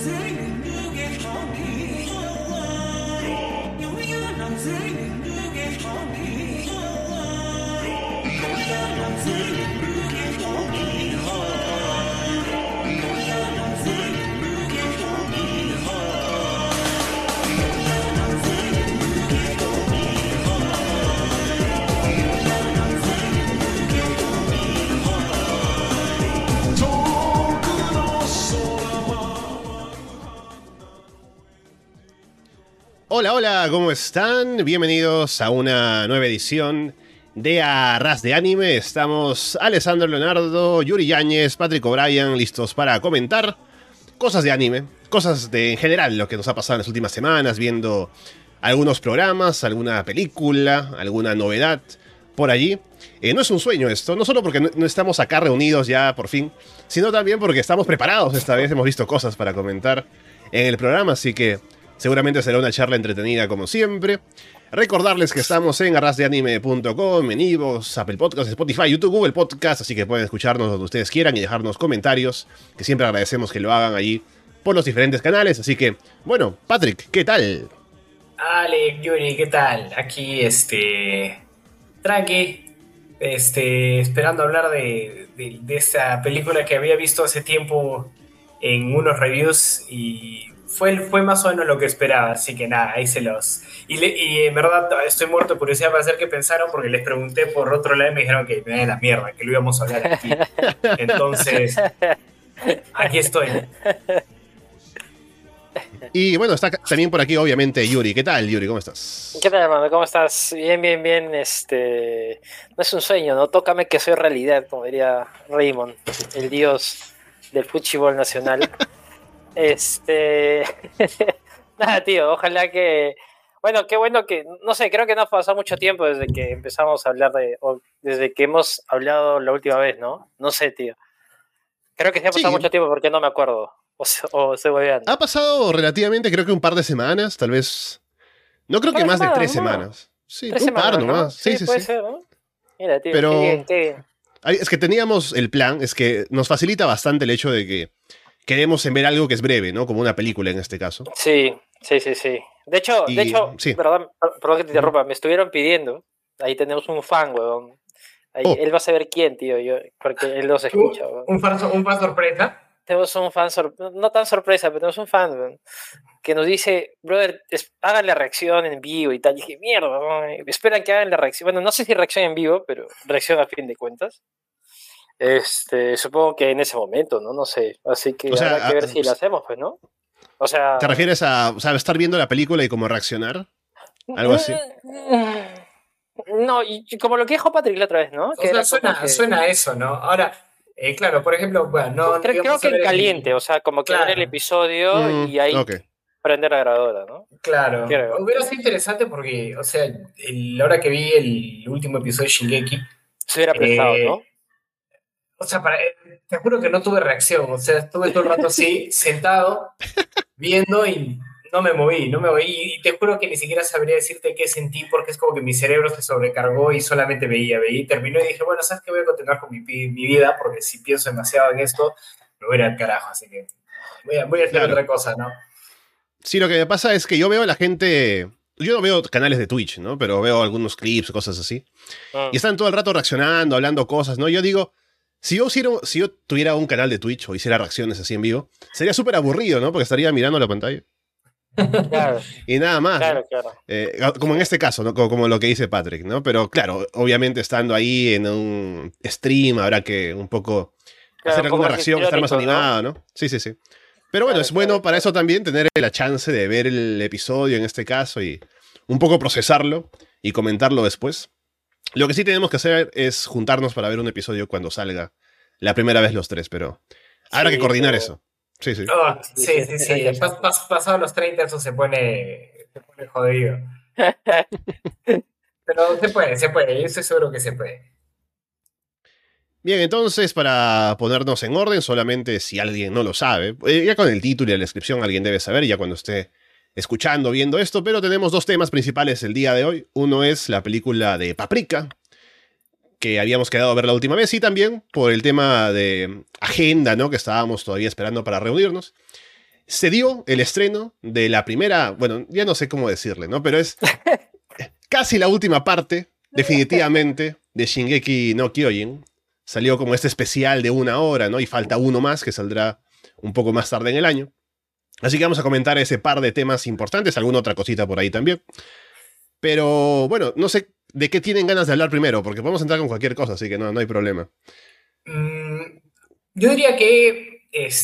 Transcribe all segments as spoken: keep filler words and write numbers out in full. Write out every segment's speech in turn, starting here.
Hola, hola, ¿cómo están? Bienvenidos a una nueva edición de Arras de Anime. Estamos Alessandro Leonardo, Yuri Yáñez, Patrick O'Brien, listos para comentar cosas de anime, cosas de en general, lo que nos ha pasado en las últimas semanas, viendo algunos programas, alguna película, alguna novedad por allí. Eh, no es un sueño esto, no solo porque no, no estamos acá reunidos ya por fin, sino también porque estamos preparados esta vez, hemos visto cosas para comentar en el programa, así que seguramente será una charla entretenida como siempre. Recordarles que estamos en arras de anime punto com, en iVoox, Apple Podcasts, Spotify, YouTube, Google Podcasts, así que pueden escucharnos donde ustedes quieran y dejarnos comentarios, que siempre agradecemos que lo hagan allí por los diferentes canales. Así que, bueno, Patrick, ¿qué tal? Ale, Yuri, ¿qué tal? Aquí, este... tranqui, este... esperando hablar de, de, de esta película que había visto hace tiempo en unos reviews y... Fue, fue más o menos lo que esperaba, así que nada, ahí se los... Y, le, y en verdad estoy muerto de curiosidad para saber qué pensaron, porque les pregunté por otro lado y me dijeron que me da la mierda, que lo íbamos a hablar aquí. Entonces, aquí estoy. Y bueno, está también por aquí obviamente Yuri. ¿Qué tal, Yuri? ¿Cómo estás? ¿Qué tal, hermano? ¿Cómo estás? Bien, bien, bien. Este... No es un sueño, ¿no? Tócame que soy realidad, como diría Raymond, el dios del fútbol nacional. Este, nada, tío, ojalá que, bueno, qué bueno que, no sé, creo que no ha pasado mucho tiempo desde que empezamos a hablar de, o desde que hemos hablado la última vez, ¿no? No sé, tío. Creo que se ha pasado sí. mucho tiempo porque no me acuerdo, o, o estoy hueveando. Ha pasado relativamente, creo que un par de semanas, tal vez, no creo que más semanas, de tres ¿no? semanas. Sí, tres un semanas, par ¿no? nomás. Sí, sí, sí, puede sí. ser, ¿no? Mira, tío, Pero qué bien, qué bien. Es que teníamos el plan, es que nos facilita bastante el hecho de que queremos en ver algo que es breve, ¿no? Como una película en este caso. Sí, sí, sí, sí. De hecho, y, de hecho, sí. perdón, perdón que te interrumpa, me estuvieron pidiendo. Ahí tenemos un fan, weón. Ahí, oh. Él va a saber quién, tío, yo, porque él los escucha, weón. ¿Un fan, un fan sorpresa? Tenemos un fan, sor... no tan sorpresa, pero tenemos un fan, weón, que nos dice, brother, es... hagan la reacción en vivo y tal. Y dije, mierda, weón, esperan que hagan la reacción. Bueno, no sé si reacción en vivo, pero reacción a fin de cuentas. Este, supongo que en ese momento, ¿no? No sé. Así que o sea, habrá que ver a, si la hacemos, pues, ¿no? O sea... ¿Te refieres a, o sea, estar viendo la película y cómo reaccionar? Algo así. No, y como lo que dijo Patrick la otra vez, ¿no? O Que sea, suena, que... suena a eso, ¿no? Ahora, eh, claro, por ejemplo, bueno, no... Creo, creo que en caliente, el... o sea, como que claro. ver el episodio mm, y ahí okay. prender la grabadora, ¿no? Claro. Creo. Hubiera sido interesante porque, o sea, el, la hora que vi el último episodio de Shingeki... Se hubiera prestado, eh, ¿no? O sea, para, te juro que no tuve reacción. O sea, estuve todo el rato así, sentado, viendo y no me moví, no me moví. Y te juro que ni siquiera sabría decirte qué sentí porque es como que mi cerebro se sobrecargó y solamente veía, veía. Y terminó y dije, bueno, ¿sabes qué? Voy a continuar con mi, mi vida porque si pienso demasiado en esto, me voy a ir al carajo. Así que voy a, voy a hacer claro. otra cosa, ¿no? Sí, lo que me pasa es que yo veo a la gente... Yo no veo canales de Twitch, ¿no? Pero veo algunos clips, cosas así. Ah. Y están todo el rato reaccionando, hablando cosas, ¿no? Yo digo... Si yo, hiciera, si yo tuviera un canal de Twitch o hiciera reacciones así en vivo, sería súper aburrido, ¿no? Porque estaría mirando la pantalla. Claro. Y nada más. Claro, ¿no? claro. Eh, como en este caso, ¿no? Como, como lo que dice Patrick, ¿no? Pero claro, obviamente estando ahí en un stream habrá que un poco claro, hacer un alguna reacción, estar más animado, ¿no? ¿no? Sí, sí, sí. Pero bueno, claro, es bueno claro, para claro. eso también tener la chance de ver el episodio en este caso y un poco procesarlo y comentarlo después. Lo que sí tenemos que hacer es juntarnos para ver un episodio cuando salga la primera vez los tres, pero habrá sí, que coordinar pero... eso. Sí, sí. Oh, sí, sí, sí. sí. Pas, pas, pasado los treinta eso se pone, se pone jodido. Pero se puede, se puede. Yo estoy seguro que se puede. Bien, entonces, para ponernos en orden, solamente si alguien no lo sabe, ya con el título y la descripción alguien debe saber, ya cuando esté escuchando, viendo esto, pero tenemos dos temas principales el día de hoy. Uno es la película de Paprika, que habíamos quedado a ver la última vez, y también por el tema de agenda, ¿no? Que estábamos todavía esperando para reunirnos. se dio el estreno de la primera, bueno, ya no sé cómo decirle, ¿no? Pero es casi la última parte, definitivamente, de Shingeki no Kyojin. Salió como este especial de una hora, ¿no? Y falta uno más que saldrá un poco más tarde en el año. Así que vamos a comentar ese par de temas importantes, alguna otra cosita por ahí también. Pero bueno, no sé de qué tienen ganas de hablar primero, porque podemos entrar con cualquier cosa, así que no, no hay problema. Mm, yo diría que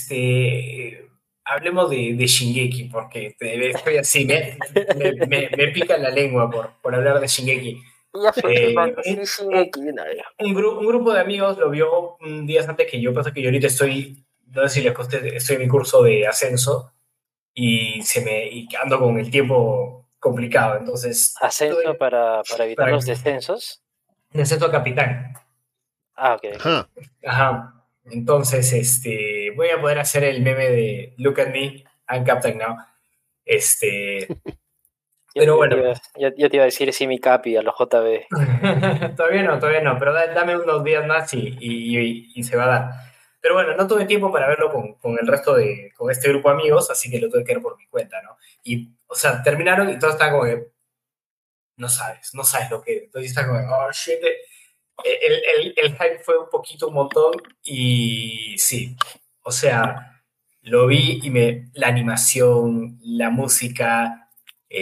este, hablemos de, de Shingeki, porque te- estoy así, me, me, me- me pica la lengua por, por hablar de Shingeki. Ya fue, Eh, hermano, un, sí, un- Shingeki de una vez. un gru- un grupo de amigos lo vio un días antes que yo, pasa que yo ahorita estoy, no sé si les conté, estoy en mi curso de ascenso y, se me, y ando con el tiempo complicado, entonces Ascenso estoy para, para evitar para los descensos. en ascenso a capitán. Ah, ok, ok. Ajá. Ajá. Entonces, este, voy a poder hacer el meme de Look at me, I'm Captain now. Este, Yo, pero yo te bueno, iba, yo- yo te iba a decir Simi Capi a los J B. todavía no, todavía no, pero da- dame unos días más y, y- y- y se va a dar. Pero bueno, no tuve tiempo para verlo con, con el resto de, con este grupo de amigos, así que lo tuve que ver por mi cuenta, ¿no? Y, o sea, terminaron y todos estaban como que, no sabes, no sabes lo que es. Entonces está como, oh, shit. El, el, el hype fue un poquito un montón y sí, o sea, lo vi y me, la animación, la música,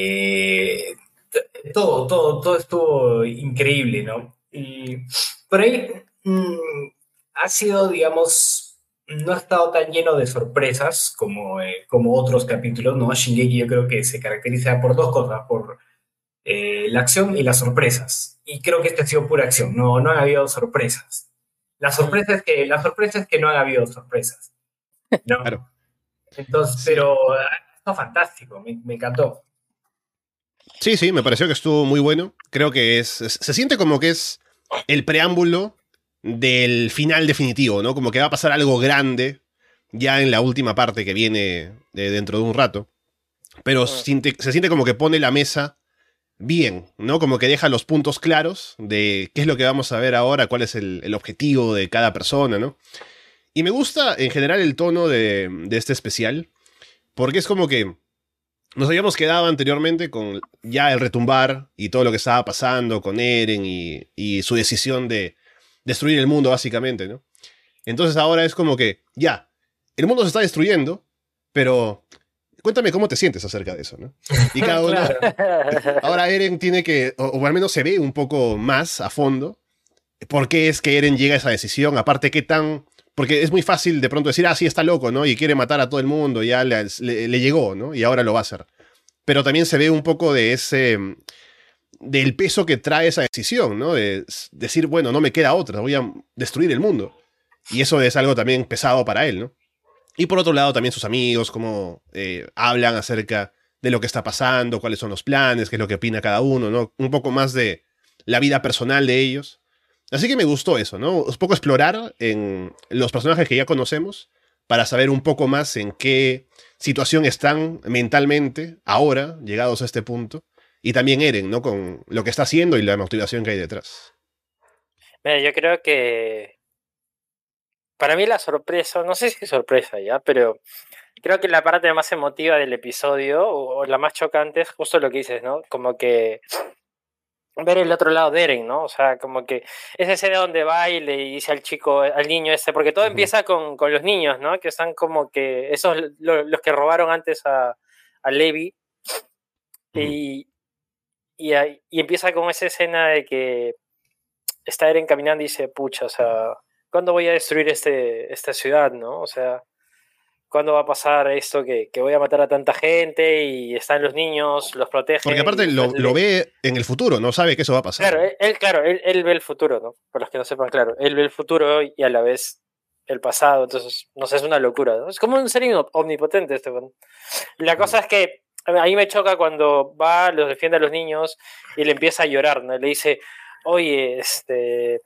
eh, t- todo, todo, todo estuvo increíble, ¿no? Y por ahí mm, ha sido, digamos, no ha estado tan lleno de sorpresas como, eh, como otros capítulos, ¿no? Shingeki yo creo que se caracteriza por dos cosas, por eh, la acción y las sorpresas. Y creo que este ha sido pura acción, no, no han habido sorpresas. La sorpresa es que, la sorpresa es que no han habido sorpresas, Claro. ¿no? Entonces, Sí. pero está fantástico, me, me encantó. Sí, sí, me pareció que estuvo muy bueno. Creo que es, es- se siente como que es el preámbulo del final definitivo, ¿no? Como que va a pasar algo grande ya en la última parte que viene de dentro de un rato. Pero Mm. siente- se siente como que pone la mesa bien, ¿no? Como que deja los puntos claros de qué es lo que vamos a ver ahora, cuál es el, el objetivo de cada persona, ¿no? Y me gusta en general el tono de, de este especial, porque es como que nos habíamos quedado anteriormente con ya el retumbar y todo lo que estaba pasando con Eren y, y su decisión de destruir el mundo, básicamente, ¿no? Entonces ahora es como que, ya, el mundo se está destruyendo, pero cuéntame cómo te sientes acerca de eso, ¿no? Y cada uno, Claro. ahora Eren tiene que, o, o al menos se ve un poco más a fondo, por qué es que Eren llega a esa decisión, aparte qué tan... Porque es muy fácil de pronto decir, ah, sí, está loco, ¿no? Y quiere matar a todo el mundo, ya le, le- le llegó, ¿no? Y ahora lo va a hacer. Pero también se ve un poco de ese... del peso que trae esa decisión, ¿no? De s- decir, bueno, no me queda otra, voy a destruir el mundo. Y eso es algo también pesado para él, ¿no? Y por otro lado, también sus amigos, cómo eh, hablan acerca de lo que está pasando, cuáles son los planes, qué es lo que opina cada uno, ¿no? Un poco más de la vida personal de ellos. Así que me gustó eso, ¿no? Un poco explorar en los personajes que ya conocemos para saber un poco más en qué situación están mentalmente ahora, llegados a este punto. Y también Eren, ¿no? Con lo que está haciendo y la motivación que hay detrás. Mira, yo creo que para mí la sorpresa, no sé si es sorpresa ya, pero creo que la parte más emotiva del episodio, o, o la más chocante, es justo lo que dices, ¿no? Como que ver el otro lado de Eren, ¿no? O sea, como que esa escena donde va y le dice al chico, al niño ese, porque todo Ujú. empieza con, con los niños, ¿no? Que están como que, esos, lo- los que robaron antes a, a Levi, Ujú. y, y, ahí- y empieza con esa escena de que está Eren caminando y dice, pucha, o sea, ¿cuándo voy a destruir este, esta ciudad, no? O sea, ¿cuándo va a pasar esto que, que voy a matar a tanta gente y están los niños, los Porque protege y aparte lo, después lo le- ve en el futuro, no sabe que eso va a pasar. Claro, él, él, claro, él, él ve el futuro, ¿no? Para los que no sepan, claro, él ve el futuro y a la vez el pasado, entonces, no sé, es una locura, ¿no? Es como un ser omnipotente este, weón. La cosa es que a mí me choca cuando va, los defiende a los niños y le empieza a llorar, ¿no? Le dice, oye, este,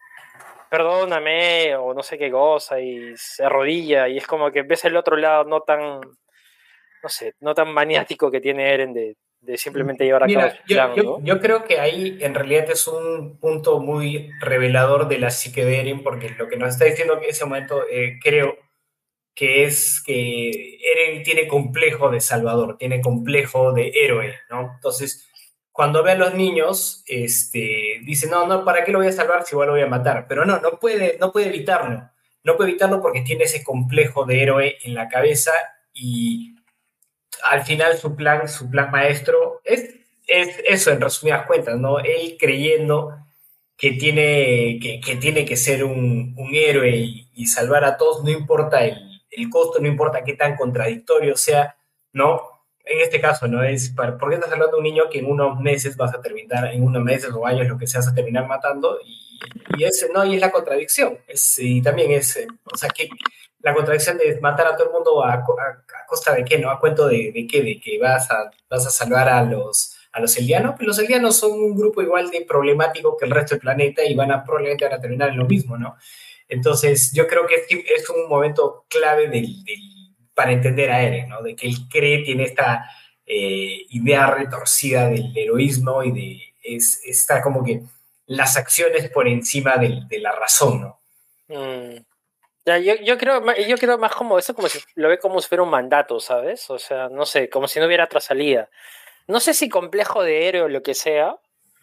perdóname, o no sé qué cosa, y se arrodilla, y es como que ves el otro lado no tan, no sé, no tan maniático que tiene Eren de, de simplemente llevar a cabo Mira, su yo, plan, yo, ¿no? yo creo que ahí en realidad es un punto muy revelador de la psique de Eren, porque lo que nos está diciendo en ese momento, eh, creo, que es que Eren tiene complejo de salvador, tiene complejo de héroe, ¿no? Entonces, cuando ve a los niños, este, dice, no, no, ¿para qué lo voy a salvar si igual lo voy a matar? Pero no, no puede, no puede evitarlo. No puede evitarlo porque tiene ese complejo de héroe en la cabeza y al final su plan, su plan maestro es, es eso, en resumidas cuentas, ¿no? Él creyendo que tiene que, que tiene que ser un, un héroe y, y, salvar a todos, no importa el, el costo, no importa qué tan contradictorio sea, ¿no? En este caso, ¿no? Es para, ¿por qué estás hablando de un niño que en unos meses vas a terminar, en unos meses o años, lo que sea, vas a terminar matando? Y, y es, no, y es la contradicción. Es, y también es, o sea, que la contradicción de matar a todo el mundo a, a, a costa de qué, ¿no? ¿A cuento de, de qué? De que vas a, vas a salvar a los, a los eldianos. Pues los eldianos son un grupo igual de problemático que el resto del planeta y van a, probablemente van a terminar en lo mismo, ¿no? Entonces, yo creo que es, es un momento clave del, del, para entender a Eren, ¿no? De que él cree, tiene esta eh, idea retorcida del heroísmo y de, es, está como que las acciones por encima de, de la razón, ¿no? Mm. Ya, yo, yo, creo, yo creo más como eso, como si lo ve como si fuera un mandato, ¿sabes? O sea, no sé, como si no hubiera otra salida. No sé si complejo de héroe o lo que sea.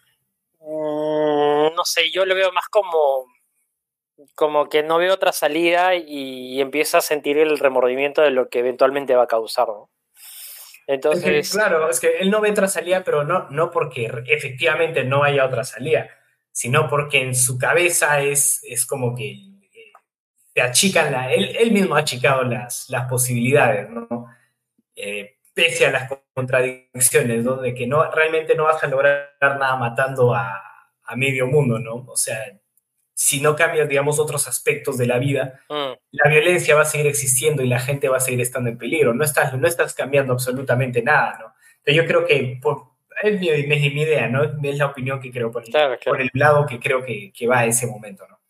Mm, no sé, yo lo veo más como, como que no veo otra salida y empieza a sentir el remordimiento de lo que eventualmente va a causar, ¿no? Entonces... Es que, claro, es que él no ve otra salida, pero no, no porque efectivamente no haya otra salida, sino porque en su cabeza es, es como que te achican, la, él, él mismo ha achicado las, las posibilidades, ¿no? Eh, pese a las contradicciones, ¿no? De que no, realmente no vas a lograr nada matando a, a medio mundo, ¿no? O sea, si no cambias, digamos, otros aspectos de la vida, mm. la violencia va a seguir existiendo y la gente va a seguir estando en peligro. No estás, no estás cambiando absolutamente nada, ¿no? Entonces yo creo que, por, es mi, mi, mi idea, ¿no? Es la opinión que creo, por el, claro, claro. por el lado que creo que, que va a ese momento, ¿no?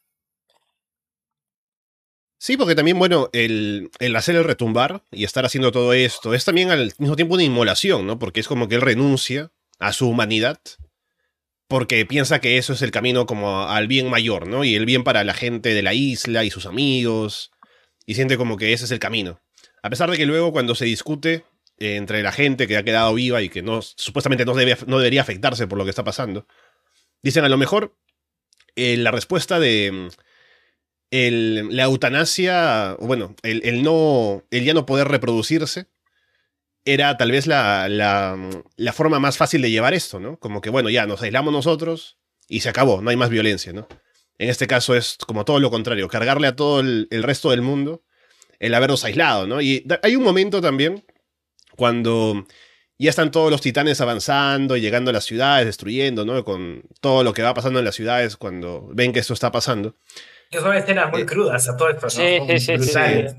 Sí, porque también, bueno, el, el hacer el retumbar y estar haciendo todo esto es también al mismo tiempo una inmolación, ¿no? Porque es como que él renuncia a su humanidad porque piensa que eso es el camino como al bien mayor, ¿no? Y el bien para la gente de la isla y sus amigos, y siente como que ese es el camino. A pesar de que luego cuando se discute eh, entre la gente que ha quedado viva y que no, supuestamente no, debe, no debería afectarse por lo que está pasando, dicen a lo mejor eh, la respuesta de... El, la eutanasia, bueno, el, el, no, el ya no poder reproducirse, era tal vez la, la, la forma más fácil de llevar esto, ¿no? Como que, bueno, ya nos aislamos nosotros y se acabó, no hay más violencia, ¿no? En este caso es como todo lo contrario, cargarle a todo el, el resto del mundo el haberlos aislado, ¿no? Y hay un momento también cuando ya están todos los titanes avanzando y llegando a las ciudades, destruyendo, ¿no? Con todo lo que va pasando en las ciudades cuando ven que esto está pasando. Que son escenas muy eh, crudas a todo esto, ¿no? Sí, sí, sí, brutales.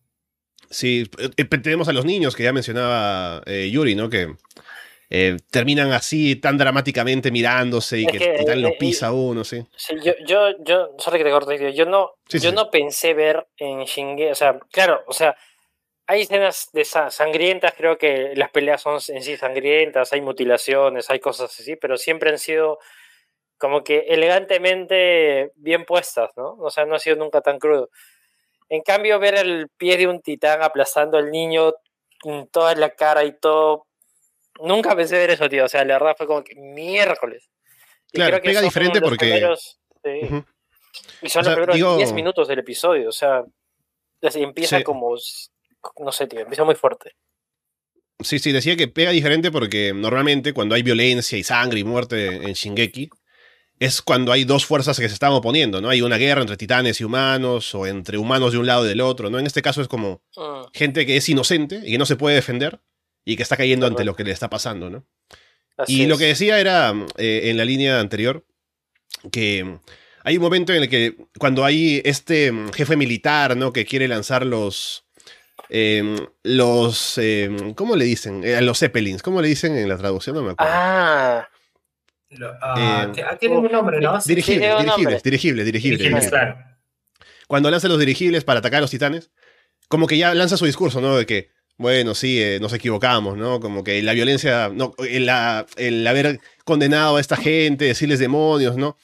Sí, eh, tenemos a los niños que ya mencionaba eh, Yuri, ¿no? Que eh, terminan así tan dramáticamente mirándose y es que, que Titán eh, lo pisa a uno, sí. Sí, yo, yo, yo, sorry que te corte, yo no, sí, yo sí. no pensé ver en Shingeki, o sea, claro, o sea, hay escenas de sangrientas, creo que las peleas son en sí sangrientas, hay mutilaciones, hay cosas así, pero siempre han sido como que elegantemente bien puestas, ¿no? O sea, no ha sido nunca tan crudo. En cambio, ver el pie de un titán aplastando al niño en toda la cara y todo... Nunca pensé ver eso, tío. O sea, la verdad fue como que miércoles. Y claro, creo que pega diferente porque... Primeros, sí. uh-huh. Y son o sea, los primeros digo... diez minutos del episodio. O sea, empieza sí. como... No sé, tío. Empieza muy fuerte. Sí, sí, decía que pega diferente porque normalmente cuando hay violencia y sangre y muerte en Shingeki... es cuando hay dos fuerzas que se están oponiendo, ¿no? Hay una guerra entre titanes y humanos, o entre humanos de un lado y del otro, ¿no? En este caso es como mm. gente que es inocente y que no se puede defender y que está cayendo ante lo que le está pasando, ¿no? Así y es. Lo que decía era, eh, en la línea anterior, que hay un momento en el que cuando hay este jefe militar, ¿no? Que quiere lanzar los... Eh, los... Eh, ¿cómo le dicen? Eh, los Zeppelins. ¿Cómo le dicen en la traducción? No me acuerdo. Ah... Lo, uh, eh, tiene un nombre, ¿no? Dirigibles, sí, dirigibles, dirigibles, dirigibles, dirigibles. Claro. Cuando lanza los dirigibles para atacar a los titanes, como que ya lanza su discurso, ¿no? De que, bueno, sí, eh, nos equivocamos, ¿no? Como que la violencia, no, el, la, el haber condenado a esta gente, decirles demonios, ¿no?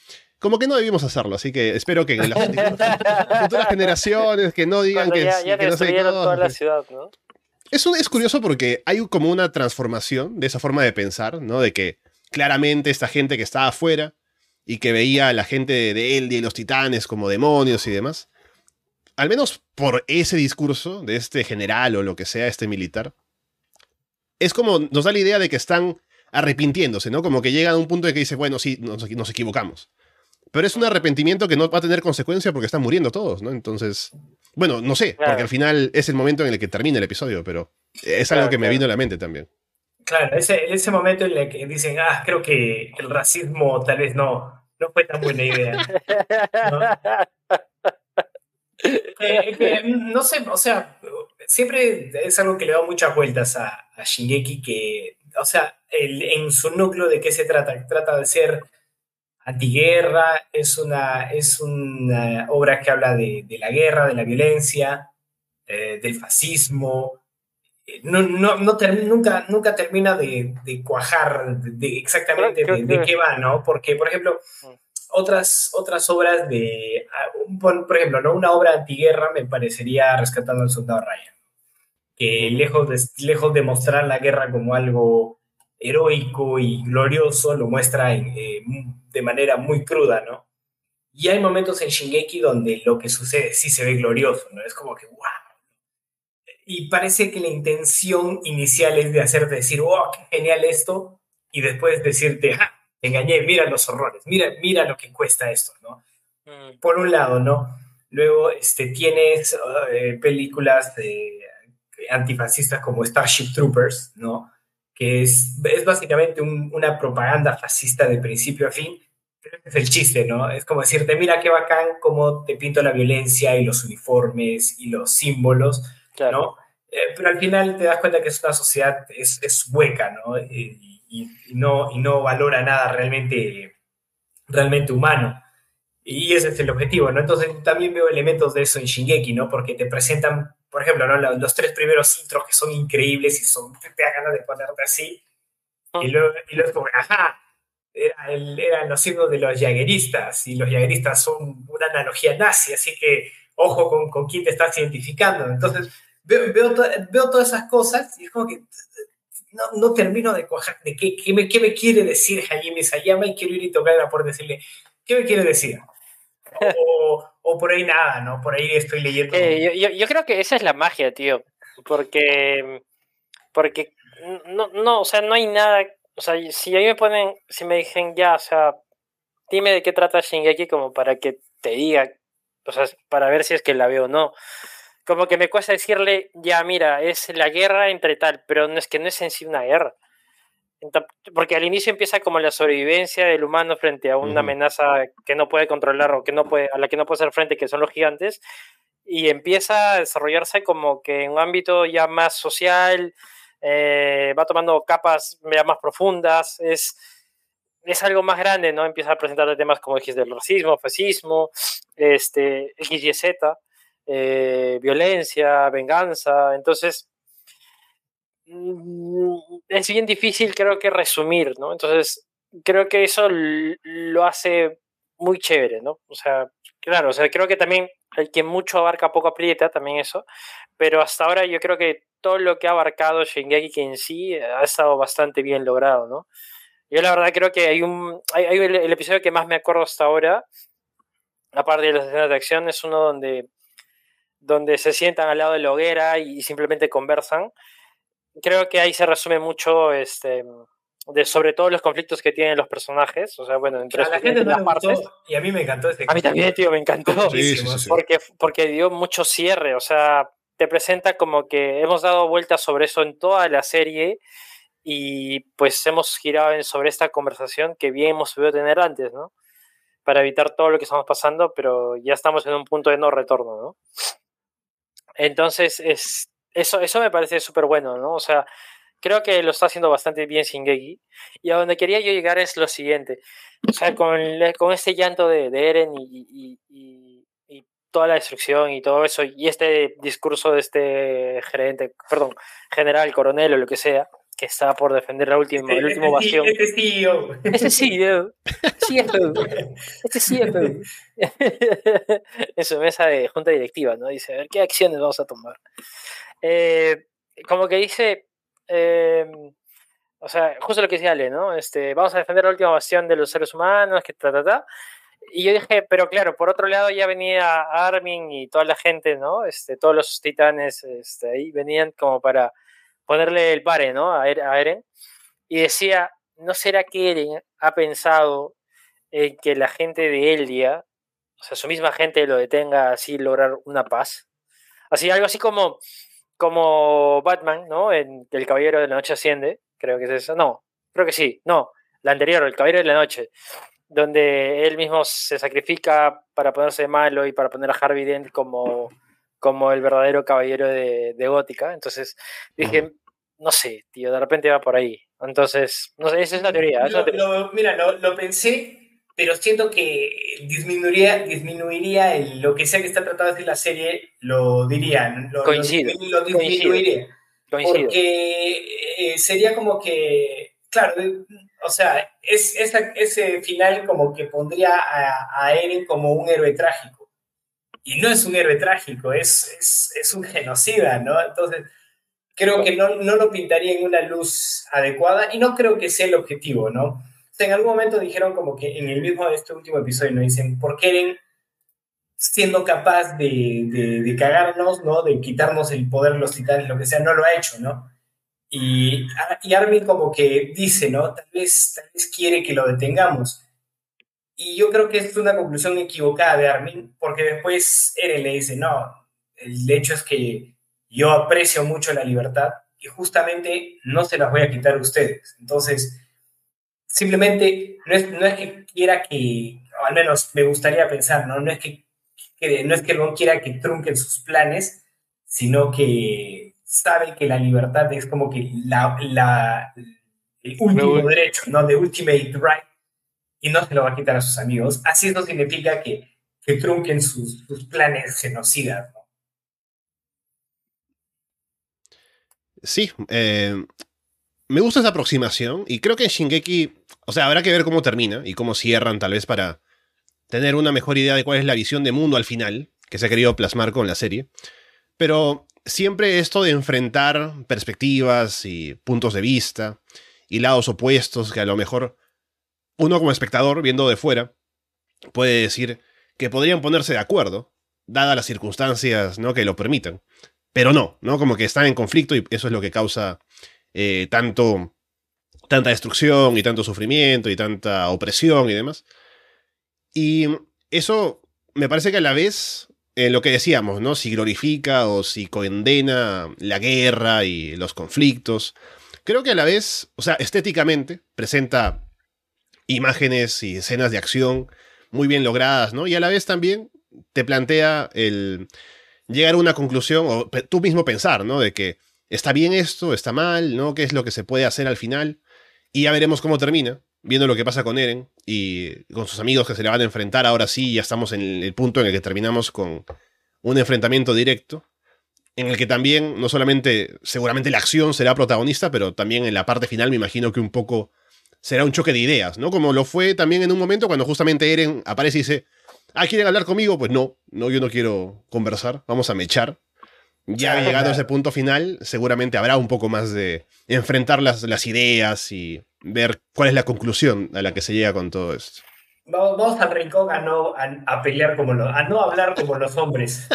como que no debimos hacerlo, así que espero que en las futuras generaciones que no digan Cuando que, ya, ya que no sé destruyeron cómo. toda la ciudad, ¿no? Es, un- es curioso porque hay como una transformación de esa forma de pensar, ¿no? De que claramente esta gente que estaba afuera y que veía a la gente de, de Eldia y los titanes como demonios y demás, al menos por ese discurso de este general o lo que sea, este militar, es como nos da la idea de que están arrepintiéndose, ¿no? Como que llegan a un punto de que dice, bueno, sí, nos, nos equivocamos. Pero es un arrepentimiento que no va a tener consecuencia porque están muriendo todos, ¿no? Entonces, bueno, no sé, Claro. porque al final es el momento en el que termina el episodio, pero es algo Claro, que me claro. vino a la mente también. Claro, ese, ese momento en el que dicen, ah, creo que el racismo tal vez no, no fue tan buena idea. Eh, que, no sé, o sea, siempre es algo que le da muchas vueltas a, a Shingeki, que, o sea, el- en su núcleo de qué se trata. Trata de ser antiguerra, es una, es una obra que habla de, de la guerra, de la violencia, eh, del fascismo. Eh, No, no, no ter- nunca, nunca termina de, de cuajar de, de Creo, exactamente creo de, de que... qué va, ¿no? Porque, por ejemplo, otras, otras obras de, ah, por, por ejemplo, ¿no? Una obra antiguerra me parecería Rescatando al Soldado Ryan, que Ujú. lejos de, lejos de mostrar la guerra como algo heroico y glorioso, lo muestra en, eh, de manera muy cruda, ¿no? Y hay momentos en Shingeki donde lo que sucede sí se ve glorioso, ¿no? Es como que, wow. Y parece que la intención inicial es de hacerte decir, wow, qué genial esto, y después decirte, ja, te engañé, mira los horrores, mira, mira lo que cuesta esto, ¿no? Mm. Por un lado, ¿no? Luego este, tienes eh, películas de antifascistas como Starship Troopers, ¿no? Que es, es básicamente un, una propaganda fascista de principio a fin. Pero ese es el chiste, ¿no? Es como decirte, mira qué bacán cómo te pinto la violencia y los uniformes y los símbolos, Claro. ¿no? Eh, pero al final te das cuenta que es una sociedad, es, es hueca, ¿no? Y, y, y no, y no valora nada realmente, realmente humano. Y ese es el objetivo, ¿no? Entonces también veo elementos de eso en Shingeki, ¿no? Porque te presentan, por ejemplo, ¿no? Los, los tres primeros intros que son increíbles y son, te da ganas de ponerte así. Y luego, y luego es como, ajá, era el, eran los himnos de los jagueristas y los jagueristas son una analogía nazi, así que ojo con, con quién te estás identificando. Entonces veo, veo, to, veo todas esas cosas y es como que no, no termino de cuajar de qué, qué, me, qué me quiere decir Hajime Sayama y quiero ir y tocar la puerta y decirle, ¿qué me quiere decir? O, o por ahí nada, ¿no? Por ahí estoy leyendo. Eh, yo, yo, yo creo que esa es la magia, tío. Porque, porque no, no, o sea, no hay nada. O sea, si a mí me ponen, si me dicen ya, o sea, dime de qué trata Shingeki como para que te diga, o sea, para ver si es que la veo o no. Como que me cuesta decirle, ya, mira, es la guerra entre tal, pero no es que no es en sí una guerra. Porque al inicio empieza como la sobrevivencia del humano frente a una Ujú. amenaza que no puede controlar o que no puede, a la que no puede hacer frente, que son los gigantes, y empieza a desarrollarse como que en un ámbito ya más social, eh, va tomando capas ya más profundas, es, es algo más grande, ¿no? Empieza a presentar temas como dijiste, del racismo, fascismo, este, X Y Z, eh, violencia, venganza, entonces es bien difícil creo que resumir, ¿no? Entonces creo que eso lo hace muy chévere, ¿no? O sea, claro, o sea, creo que también el que mucho abarca poco aprieta, también eso, pero hasta ahora yo creo que todo lo que ha abarcado Shingeki en sí ha estado bastante bien logrado, ¿no? Yo la verdad creo que hay un hay, hay el, el episodio que más me acuerdo hasta ahora, aparte de las escenas de acción, es uno donde donde se sientan al lado de la hoguera y simplemente conversan. Creo que ahí se resume mucho este de sobre todo los conflictos que tienen los personajes, o sea, bueno, entre, A la gente entre no las le partes. gustó y a mí me encantó este A mí también, tío, me encantó. Sí, sí, sí, sí. Porque, porque dio mucho cierre, o sea, te presenta como que hemos dado vueltas sobre eso en toda la serie y pues hemos girado en sobre esta conversación que bien hemos podido tener antes, ¿no? Para evitar todo lo que estamos pasando, pero ya estamos en un punto de no retorno, ¿no? Entonces, es, eso, eso me parece súper bueno, ¿no? O sea, creo que lo está haciendo bastante bien Shingeki. Y a donde quería yo llegar es lo siguiente. O sea, con, con este llanto de, de Eren y, y, y, y toda la destrucción y todo eso, y este discurso de este gerente, perdón, general, coronel o lo que sea, que estaba por defender la última, el último bastión. Este sí, yo. Ese sí, yo. C F O. Este C F O. En su mesa de junta directiva, ¿no? Dice, a ver, ¿qué acciones vamos a tomar? Eh, como que dice, eh, o sea, justo lo que decía Ale, ¿no? Este, vamos a defender la última bastión de los seres humanos, que ta, ta, ta. Y yo dije, pero claro, por otro lado ya venía Armin y toda la gente, ¿no? Este, todos los titanes este, ahí venían como para ponerle el pare, ¿no? A Eren. Y decía, ¿no será que Eren ha pensado en que la gente de Eldia, o sea, su misma gente lo detenga así lograr una paz? Así, algo así como, como Batman, ¿no? En El Caballero de la Noche Asciende, creo que es eso. No, creo que sí, no, la anterior, El Caballero de la Noche, donde él mismo se sacrifica para ponerse malo y para poner a Harvey Dent como, como el verdadero caballero de, de Gótica. Entonces dije, uh-huh. no sé, tío, de repente va por ahí. Entonces, no sé, esa es la teoría. Lo, es la teoría. Lo, mira, lo, lo pensé, pero siento que disminuiría, disminuiría el, lo que sea que está tratando de decir la serie, lo diría, lo, Coincido. lo, lo disminuiría. Coincido. Porque eh, sería como que, claro, o sea, es, esa, ese final como que pondría a, a Eren como un héroe trágico. Y no es un héroe trágico, es, es, es un genocida, ¿no? Entonces, creo que no, no lo pintaría en una luz adecuada y no creo que sea el objetivo, ¿no? O sea, en algún momento dijeron como que en el mismo de este último episodio, ¿no? Dicen, ¿por qué Eren, siendo capaz de, de, de cagarnos, ¿no? De quitarnos el poder de los titanes, lo que sea, no lo ha hecho, ¿no? Y, y Armin como que dice, ¿no? Tal vez, tal vez quiere que lo detengamos. Y yo creo que es una conclusión equivocada de Armin, porque después Eren le dice, no, el hecho es que yo aprecio mucho la libertad y justamente no se las voy a quitar a ustedes. Entonces, simplemente no es, no es que quiera que, o al menos me gustaría pensar, ¿no? No es que, que, no es que no quiera que trunquen sus planes, sino que sabe que la libertad es como que la, la, el último no. derecho, ¿no? The ultimate right, y no se lo va a quitar a sus amigos. Así eso significa que, que trunquen sus, sus planes genocidas, ¿no? Sí, eh, me gusta esa aproximación y creo que en Shingeki, o sea, habrá que ver cómo termina y cómo cierran tal vez para tener una mejor idea de cuál es la visión de mundo al final que se ha querido plasmar con la serie. Pero siempre esto de enfrentar perspectivas y puntos de vista y lados opuestos que a lo mejor uno como espectador viendo de fuera puede decir que podrían ponerse de acuerdo, dadas las circunstancias, ¿no?, que lo permitan. Pero no, ¿no? Como que están en conflicto y eso es lo que causa eh, tanto, tanta destrucción y tanto sufrimiento y tanta opresión y demás. Y eso me parece que a la vez, en lo que decíamos, ¿no? Si glorifica o si condena la guerra y los conflictos, creo que a la vez, o sea, estéticamente presenta imágenes y escenas de acción muy bien logradas, ¿no? Y a la vez también te plantea el llegar a una conclusión, o tú mismo pensar, ¿no? De que está bien esto, está mal, ¿no? ¿Qué es lo que se puede hacer al final? Y ya veremos cómo termina, viendo lo que pasa con Eren y con sus amigos que se le van a enfrentar. Ahora sí, ya estamos en el punto en el que terminamos con un enfrentamiento directo, en el que también, no solamente, seguramente la acción será protagonista, pero también en la parte final me imagino que un poco será un choque de ideas, ¿no? Como lo fue también en un momento cuando justamente Eren aparece y dice, ah, ¿quieren hablar conmigo? Pues no, no, yo no quiero conversar, vamos a mechar. Ya llegado a ese punto final, seguramente habrá un poco más de enfrentar las, las ideas y ver cuál es la conclusión a la que se llega con todo esto. Vamos, vamos al rincón a no a, a pelear como los, a no hablar como los hombres.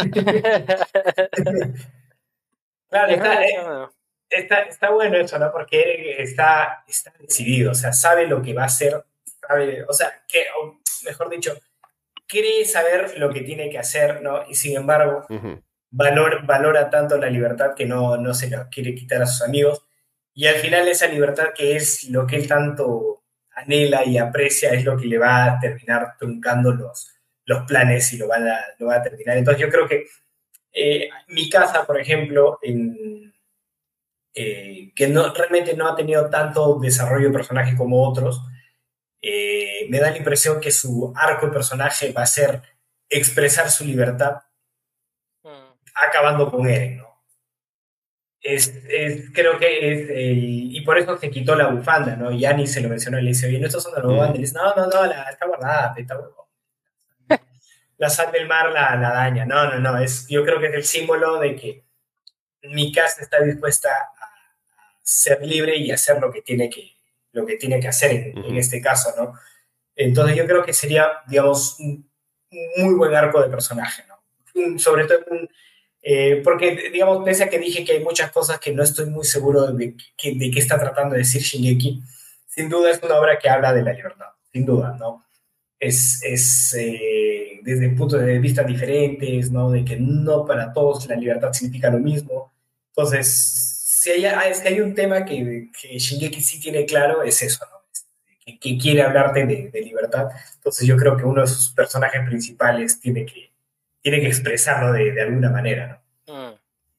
Claro, está, eh, está, está bueno eso, ¿no? Porque Eren está, está decidido, o sea, sabe lo que va a hacer, sabe, o sea, que, o mejor dicho, cree saber lo que tiene que hacer, ¿no? Y sin embargo, uh-huh. valor, valora tanto la libertad que no, no se la quiere quitar a sus amigos. Y al final esa libertad, que es lo que él tanto anhela y aprecia, es lo que le va a terminar truncando los, los planes y lo va, a, lo va a terminar. Entonces yo creo que eh, mi casa, por ejemplo, en, eh, que no, realmente no ha tenido tanto desarrollo de personaje como otros, Eh, me da la impresión que su arco de personaje va a ser expresar su libertad, mm. acabando con Eren, ¿no? Es, es, creo que es el, y por eso se quitó la bufanda, ¿no? Y Annie se lo mencionó y le dice, oye, no estás usando la bufanda. Mm, Y le dice, no, no, no, la, está guardada, está, la sal del mar la, la daña. No, no, no, es, yo creo que es el símbolo de que mi casa está dispuesta a ser libre y hacer lo que tiene que, lo que, tiene que hacer en, en ujú, este caso, ¿no? Entonces yo creo que sería, digamos, un muy buen arco de personaje, ¿no? Un, sobre todo un, eh, porque, digamos, pese a que dije que hay muchas cosas que no estoy muy seguro de, que, de qué está tratando de decir Shingeki, sin duda es una obra que habla de la libertad, sin duda, ¿no? Es, es eh, desde puntos de vista diferentes, ¿no? De que no para todos la libertad significa lo mismo. Entonces, si hay, ah, si hay un tema que, que Shingeki sí tiene claro, es eso, ¿no? Que, que quiere hablarte de, de, libertad. Entonces yo creo que uno de sus personajes principales tiene que, tiene que expresarlo de, de alguna manera, ¿no? Mm.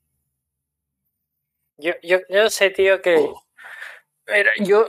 Yo, yo, yo sé, tío, que mira, yo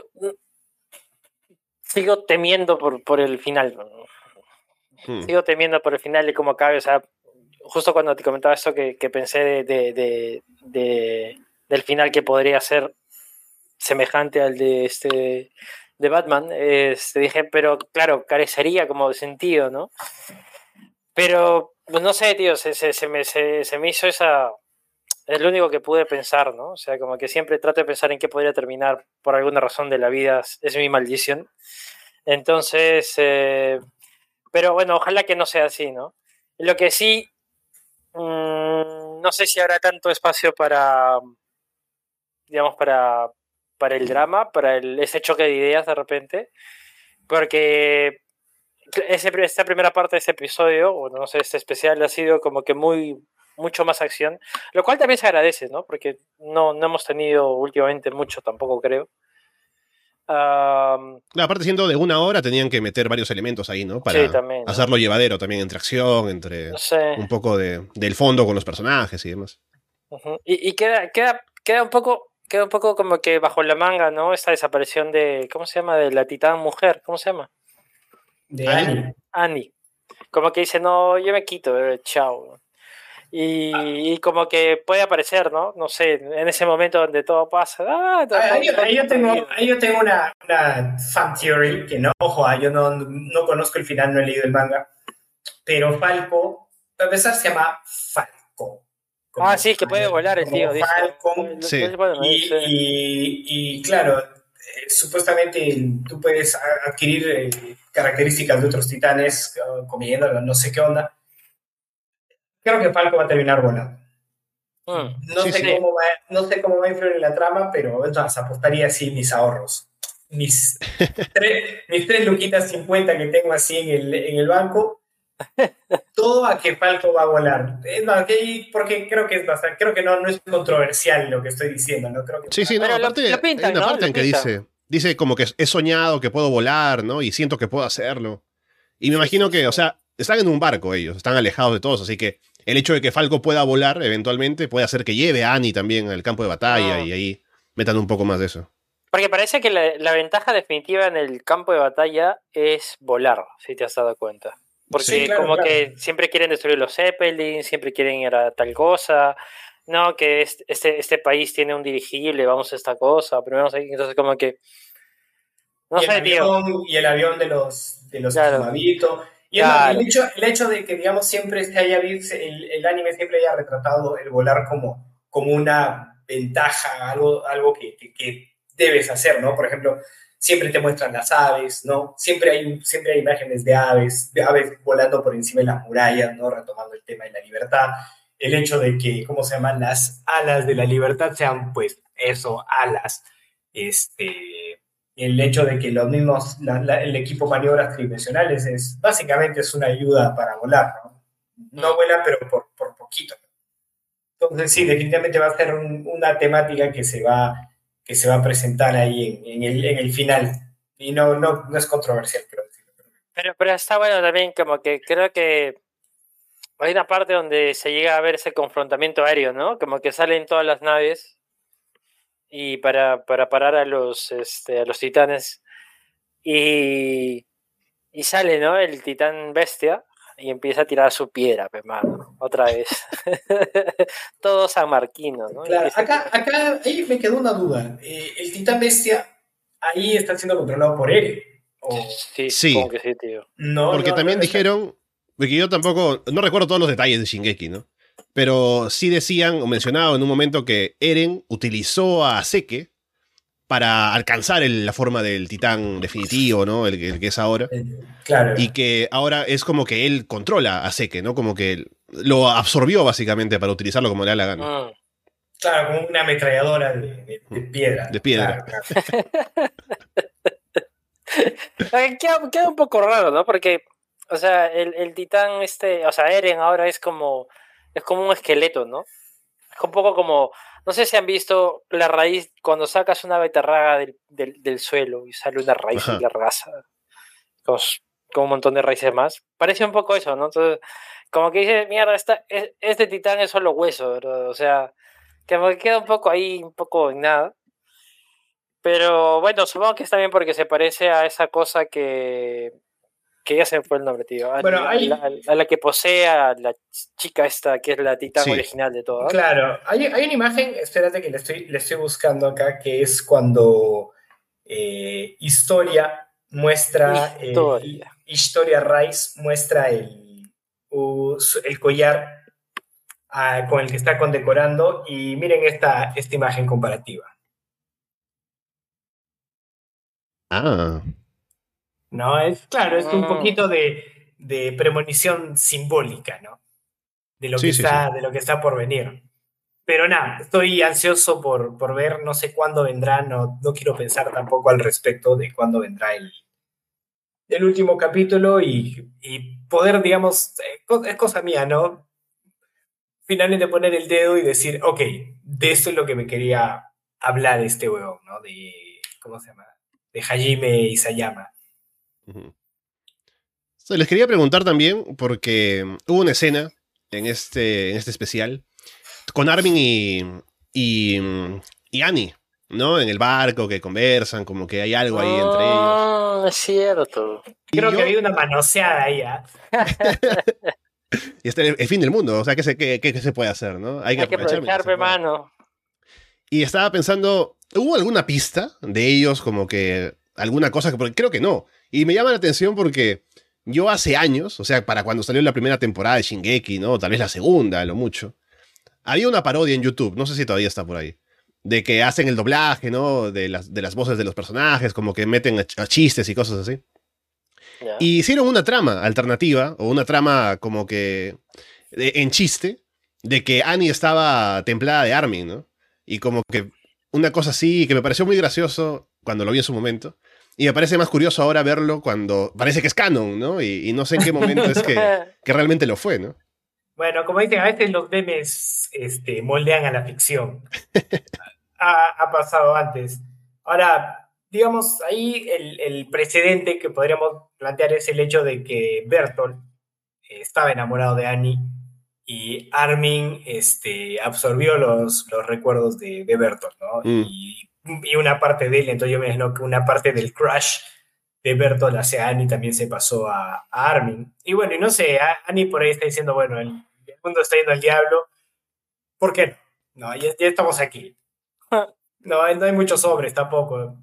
sigo temiendo por, por el final. mm, Sigo temiendo por el final y cómo acabe. O sea, justo cuando te comentaba eso que, que pensé de, de, de, de, del final que podría ser semejante al de este de Batman, este, dije, pero claro, carecería como de sentido, ¿no? Pero, pues no sé, tío, se, se, se, me, se, se me hizo esa... Es lo único que pude pensar, ¿no? O sea, como que siempre trato de pensar en qué podría terminar por alguna razón de la vida. Es mi maldición. Entonces, eh, pero bueno, ojalá que no sea así, ¿no? Lo que sí, mmm, no sé si habrá tanto espacio para, digamos, para, para el drama, para el, ese choque de ideas de repente, porque ese, esta primera parte de este episodio, o no sé, este especial ha sido como que muy mucho más acción, lo cual también se agradece, ¿no? Porque no, no hemos tenido últimamente mucho, tampoco creo. Um, Claro, aparte siendo de una hora tenían que meter varios elementos ahí, ¿no? sí, Para también, ¿no? hacerlo llevadero también entre acción, No entre sé. un poco de, del fondo con los personajes y demás. Uh-huh. Y, y queda, queda, queda un poco, queda un poco como que bajo la manga, ¿no? Esta desaparición de, ¿cómo se llama? De la titán mujer, ¿cómo se llama? De ¿Annie? Annie. Annie. Como que dice, no, yo me quito, eh, chao. Y, y como que puede aparecer, ¿no? No sé, en ese momento donde todo pasa. Ah, todo, Ahí, todo, ahí yo todo tengo, bien. ahí yo tengo una, una fan theory, que no, ojo, ah, yo no, no conozco el final, no he leído el manga, pero Falco, a pesar se llama Falco, Ah, como, sí, que puede volar el como tío, dice. Falcon, Sí. Bueno, y, dice. y, y claro, eh, supuestamente tú puedes adquirir eh, características de otros titanes uh, comiendo, no sé qué onda. Creo que Falco va a terminar volando. Mm, No Sí, sé sí. sí. cómo va, no sé cómo va a influir en la trama, pero entonces apostaría así mis ahorros. Mis tres, mis tres luquitas cincuenta que tengo así en el, en el banco, todo a que Falco va a volar. Es más, que, porque creo que es bastante, creo que no, no es controversial lo que estoy diciendo, ¿no? Creo que Sí, sí, no, Pero lo, lo aparte hay pintan, una ¿no? parte Lo en que pintan. dice, dice como que he soñado que puedo volar, ¿no? Y siento que puedo hacerlo. Y me Sí, imagino sí, que, sí. o sea, están en un barco ellos, están alejados de todos, así que el hecho de que Falco pueda volar eventualmente puede hacer que lleve a Annie también al campo de batalla Mm. y ahí metan un poco más de eso. Porque parece que la, la ventaja definitiva en el campo de batalla es volar, si te has dado cuenta. sí, Sí. Porque claro, como claro. que siempre quieren destruir los Zeppelin, siempre quieren ir a tal cosa. No, que este, este, este país tiene un dirigible, vamos a esta cosa. Primero, no sé, entonces como que... No Y el sé, tío. avión, y el avión de los, de los Claro, Ajimabito. Y es más, el claro. hecho, el hecho de que, digamos, siempre se haya visto, el, el anime siempre haya retratado el volar como, como una ventaja, algo, algo que, que, que debes hacer, ¿no? Por ejemplo, siempre te muestran las aves, ¿no? Siempre hay, siempre hay imágenes de aves, de aves volando por encima de las murallas, ¿no? Retomando el tema de la libertad. El hecho de que, ¿cómo se llaman? Las alas de la libertad sean, pues, eso, alas. Este, el hecho de que los mismos, la, la, el equipo maniobras tridimensionales es básicamente es una ayuda para volar, ¿no? No Mm. vuelan, pero por, por poquito. Entonces sí, Mm. definitivamente va a ser un, una temática que se va, que se va a presentar ahí en, en, el, en el final. Y no, no, no es controversial, creo decirlo. Pero, pero está bueno también, como que creo que hay una parte donde se llega a ver ese confrontamiento aéreo, ¿no? Como que salen todas las naves y para, para parar a los, este, a los titanes. Y, y sale, ¿no? El titán bestia. y empieza a tirar su piedra, pe, mano, otra vez. Todo sanmarquino, ¿no? Claro, Empieza acá, acá ahí me quedó una duda. Eh, el titán bestia ahí está siendo controlado por Eren. O... Sí, Sí. supongo que sí, tío. No, Porque no, también no está- dijeron, porque yo tampoco, no recuerdo todos los detalles de Shingeki, ¿no? Pero sí decían o mencionaban en un momento que Eren utilizó a Seke para alcanzar el- la forma del titán definitivo, ¿no? El, que- el que es ahora. Eh, Claro. Y que ahora es como que él controla a Seke, ¿no? Como que él lo absorbió básicamente para utilizarlo como le da la gana. Mm. Claro, como una ametralladora de, de- de piedra. De piedra. Claro, claro. Eh, Queda, queda un poco raro, ¿no? Porque, o sea, el, el titán este, o sea, Eren ahora es como, es como un esqueleto, ¿no? Es un poco como, no sé si han visto la raíz, cuando sacas una beterraga del, del, del suelo y sale una raíz Ajá. y largaza, con, s- con un montón de raíces más. Parece un poco eso, ¿no? Entonces, como que dices, mierda, esta, es- este titán es solo hueso, ¿verdad? O sea, que me queda un poco ahí, un poco en nada. Pero bueno, supongo que está bien porque se parece a esa cosa que. Que ya se me fue el nombre, tío. A, Bueno, la, hay- a la- a la que posee a la chica esta, que es la titán Sí. original de todas. Claro, hay, hay una imagen, espérate que le estoy, le estoy buscando acá, que es cuando eh, Historia muestra, eh, Historia. Historia Rice muestra el, u- su- el collar ah, con el que está condecorando y miren esta, esta imagen comparativa. Ah, ¿No? Es, claro, es un Mm. poquito de, de premonición simbólica, ¿no? De lo, Sí, que sí, está, de lo que está por venir. Pero nada, estoy ansioso por, por ver, no sé cuándo vendrá, no, no quiero pensar tampoco al respecto de cuándo vendrá el, el último capítulo y, y poder, digamos, eh, co- es cosa mía, ¿no? Finalmente poner el dedo y decir, ok, de esto es lo que me quería hablar este huevón, ¿no? De, ¿cómo se llama? De Hajime Isayama. ujú. So, les quería preguntar también, porque mm, hubo una escena en este, en este especial con Armin y, y, mm, y Annie, ¿no? En el barco que conversan, como que hay algo ahí entre ellos. Ah, es cierto. Y Creo yo- que había una manoseada ahí, ¿ah? y este es el fin del mundo, o sea, ¿qué se, qué, qué- qué se puede hacer, no? Hay que Hay que aprovechar. aprovechar, mientras se pe, pueda. mano. Y estaba pensando, ¿hubo alguna pista de ellos como que alguna cosa? Que, porque creo que no. Y me llama la atención porque yo hace años, o sea, para cuando salió la primera temporada de Shingeki, ¿no? Tal vez la segunda, a lo mucho. Había una parodia en YouTube, no sé si todavía está por ahí, de que hacen el doblaje, ¿no? De las, de las voces de los personajes, como que meten a, ch- a chistes y cosas así. Ya. Y hicieron una trama alternativa, o una trama como que de- en chiste, de que Annie estaba templada de Armin, ¿no? Y como que una cosa así, que me pareció muy gracioso cuando lo vi en su momento. Y me parece más curioso ahora verlo cuando parece que es canon, ¿no? Y, y no sé en qué momento es que, que realmente lo fue, ¿no? Bueno, como dicen, a veces los memes este, moldean a la ficción. Ha, ha pasado antes. Ahora, digamos, ahí el, el precedente que podríamos plantear es el hecho de que Bertolt eh, estaba enamorado de Annie y Armin este, absorbió los, los recuerdos de, de Bertolt, ¿no? Mm. Y, y una parte de él, entonces yo me imagino que una parte del crush de Bertolt hacia Annie también se pasó a, a Armin. Y bueno, y no sé, a- Annie por ahí está diciendo, bueno, el, el mundo está yendo al diablo, ¿por qué no? No, ya, ya estamos aquí. No, no hay muchos hombres tampoco.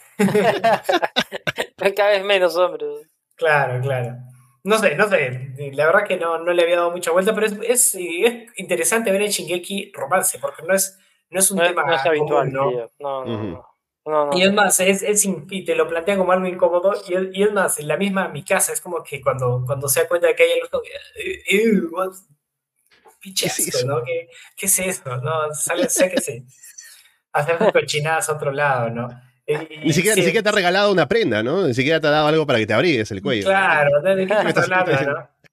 Cada vez menos, hombre. Claro, claro. No sé, no sé. La verdad que no, no le había dado mucha vuelta, pero es, es, es interesante ver en Shingeki romance, porque no es, no es un No, es- tema no es habitual, común, ¿no? tío. No, no, Ujú. no. No, no. Y es más, es, es in- y te lo plantean como algo incómodo, y es, y es más, en la misma mi casa es como que cuando, cuando se da cuenta de que hay algo, como que, "Ew, what- pinche ¿Qué es asco, eso? ¿no? ¿Qué, qué es eso? No, sale, sáquese. Hacer tus cochinadas a otro lado, ¿no? Y- y Ni siquiera, sí, ni siquiera te ha regalado una prenda, ¿no? Ni siquiera te ha dado algo para que te abrigues el cuello. claro, ¿de qué ¿Qué me estás estás- qué me estás hablando, no?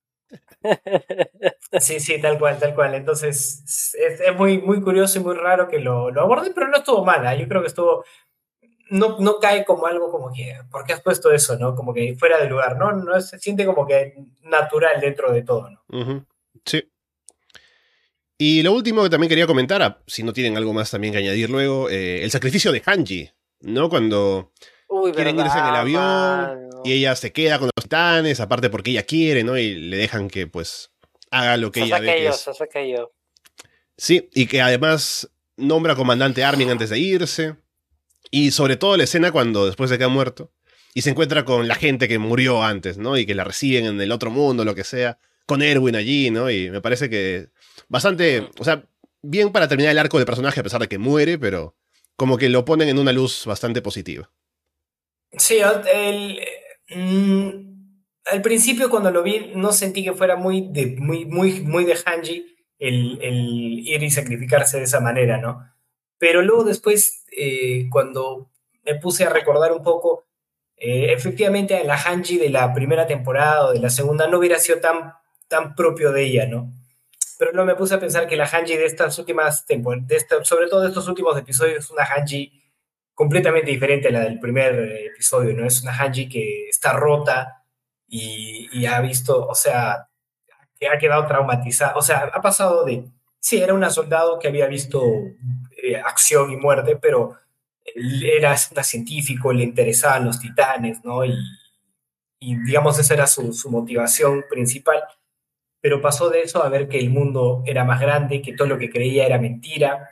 Sí, sí, tal cual, tal cual. Entonces, es, es muy, muy curioso y muy raro que lo, lo aborden, pero no estuvo mal. ¿ah? Yo creo que estuvo. No, no cae como algo como que. ¿Por qué has puesto eso, no? Como que fuera de lugar, ¿no? No se siente como que natural dentro de todo, ¿no? Ujú. Sí. Y lo último que también quería comentar, ah, si no tienen algo más también que añadir luego, eh, el sacrificio de Hanji, ¿no? Cuando Uy, quieren verdad, irse en el avión mano. ¿no? Y ella se queda con los titanes, aparte porque ella quiere, ¿no? Y le dejan que, pues, haga lo que Se ella saca ve que yo, es. se saca yo. Sí, y que además nombra comandante Armin antes de irse. Y sobre todo la escena cuando después de que ha muerto y se encuentra con la gente que murió antes, ¿no? Y que la reciben en el otro mundo, lo que sea, con Erwin allí, ¿no? Y me parece que bastante, o sea, bien para terminar el arco del personaje a pesar de que muere, pero como que lo ponen en una luz bastante positiva. Sí, el, mm, al principio cuando lo vi no sentí que fuera muy de, muy, muy, muy de Hanji el, el ir y sacrificarse de esa manera, ¿no? Pero luego después, eh, cuando me puse a recordar un poco, eh, efectivamente la Hanji de la primera temporada o de la segunda no hubiera sido tan, tan propio de ella, ¿no? Pero luego me puse a pensar que la Hanji de estas últimas temporadas, de esta- sobre todo de estos últimos episodios, es una Hanji completamente diferente a la del primer eh, episodio, ¿no? Es una Hanji que está rota y, y ha visto, o sea, que ha quedado traumatizada, o sea, ha pasado de, sí, era una soldado que había visto eh, acción y muerte, pero él era un científico, le interesaban los titanes, ¿no? Y, y digamos, esa era su, su motivación principal, pero pasó de eso a ver que el mundo era más grande, que todo lo que creía era mentira,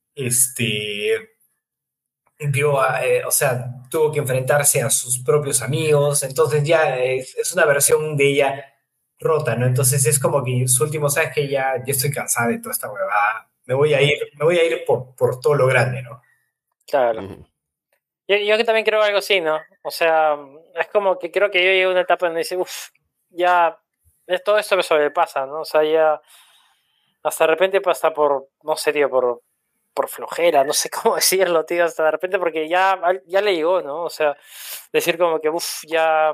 este, vio, a, eh, o sea, tuvo que enfrentarse a sus propios amigos, entonces ya es, es una versión de ella rota, ¿no? Entonces es como que su último, sabes que ya, ya estoy cansada de toda esta huevada, me voy a ir, me voy a ir por, por todo lo grande, ¿no? Claro. Ujú. Yo, yo que también creo algo así, ¿no? O sea, es como que creo que yo llegué a una etapa donde dice, uff, ya es- todo esto me sobrepasa, ¿no? O sea, ya hasta de repente, pues, hasta por, no sé, tío, por, por flojera, no sé cómo decirlo, tío, hasta de repente porque ya, ya le llegó, ¿no? O sea, decir como que, uff, ya,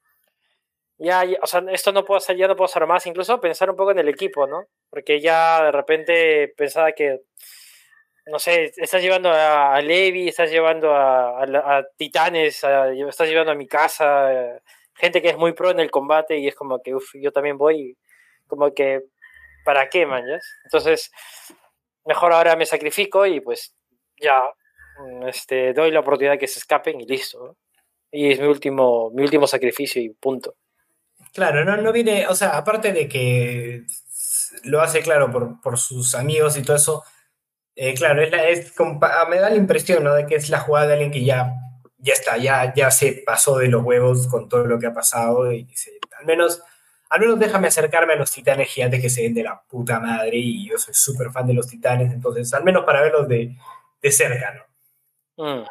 ya, ya, o sea, esto no puedo hacer, ya no puedo hacer más, incluso pensar un poco en el equipo, ¿no? Porque ya de repente pensaba que no sé, estás llevando a, a Levi, estás llevando a, a, a Titanes, a- estás llevando a mi casa, eh, gente que es muy pro en el combate y es como que, uff, yo también voy, como que, ¿para qué, man? ¿Ya? Entonces, mejor ahora me sacrifico y pues ya, mm, este, doy la oportunidad que se escapen y listo, ¿no? Y es mi último, mi último sacrificio y punto. Claro, no, no viene, o sea, aparte de que lo hace, claro, por, por sus amigos y todo eso, eh, claro, es la- es como pa- me da la impresión, ¿no? De que es la jugada de alguien que ya, ya está, ya, ya se pasó de los huevos con todo lo que ha pasado y dice, al menos, al menos déjame acercarme a los titanes gigantes que se ven de la puta madre y yo soy súper fan de los titanes, entonces, al menos para verlos de, de cerca, ¿no? Mm.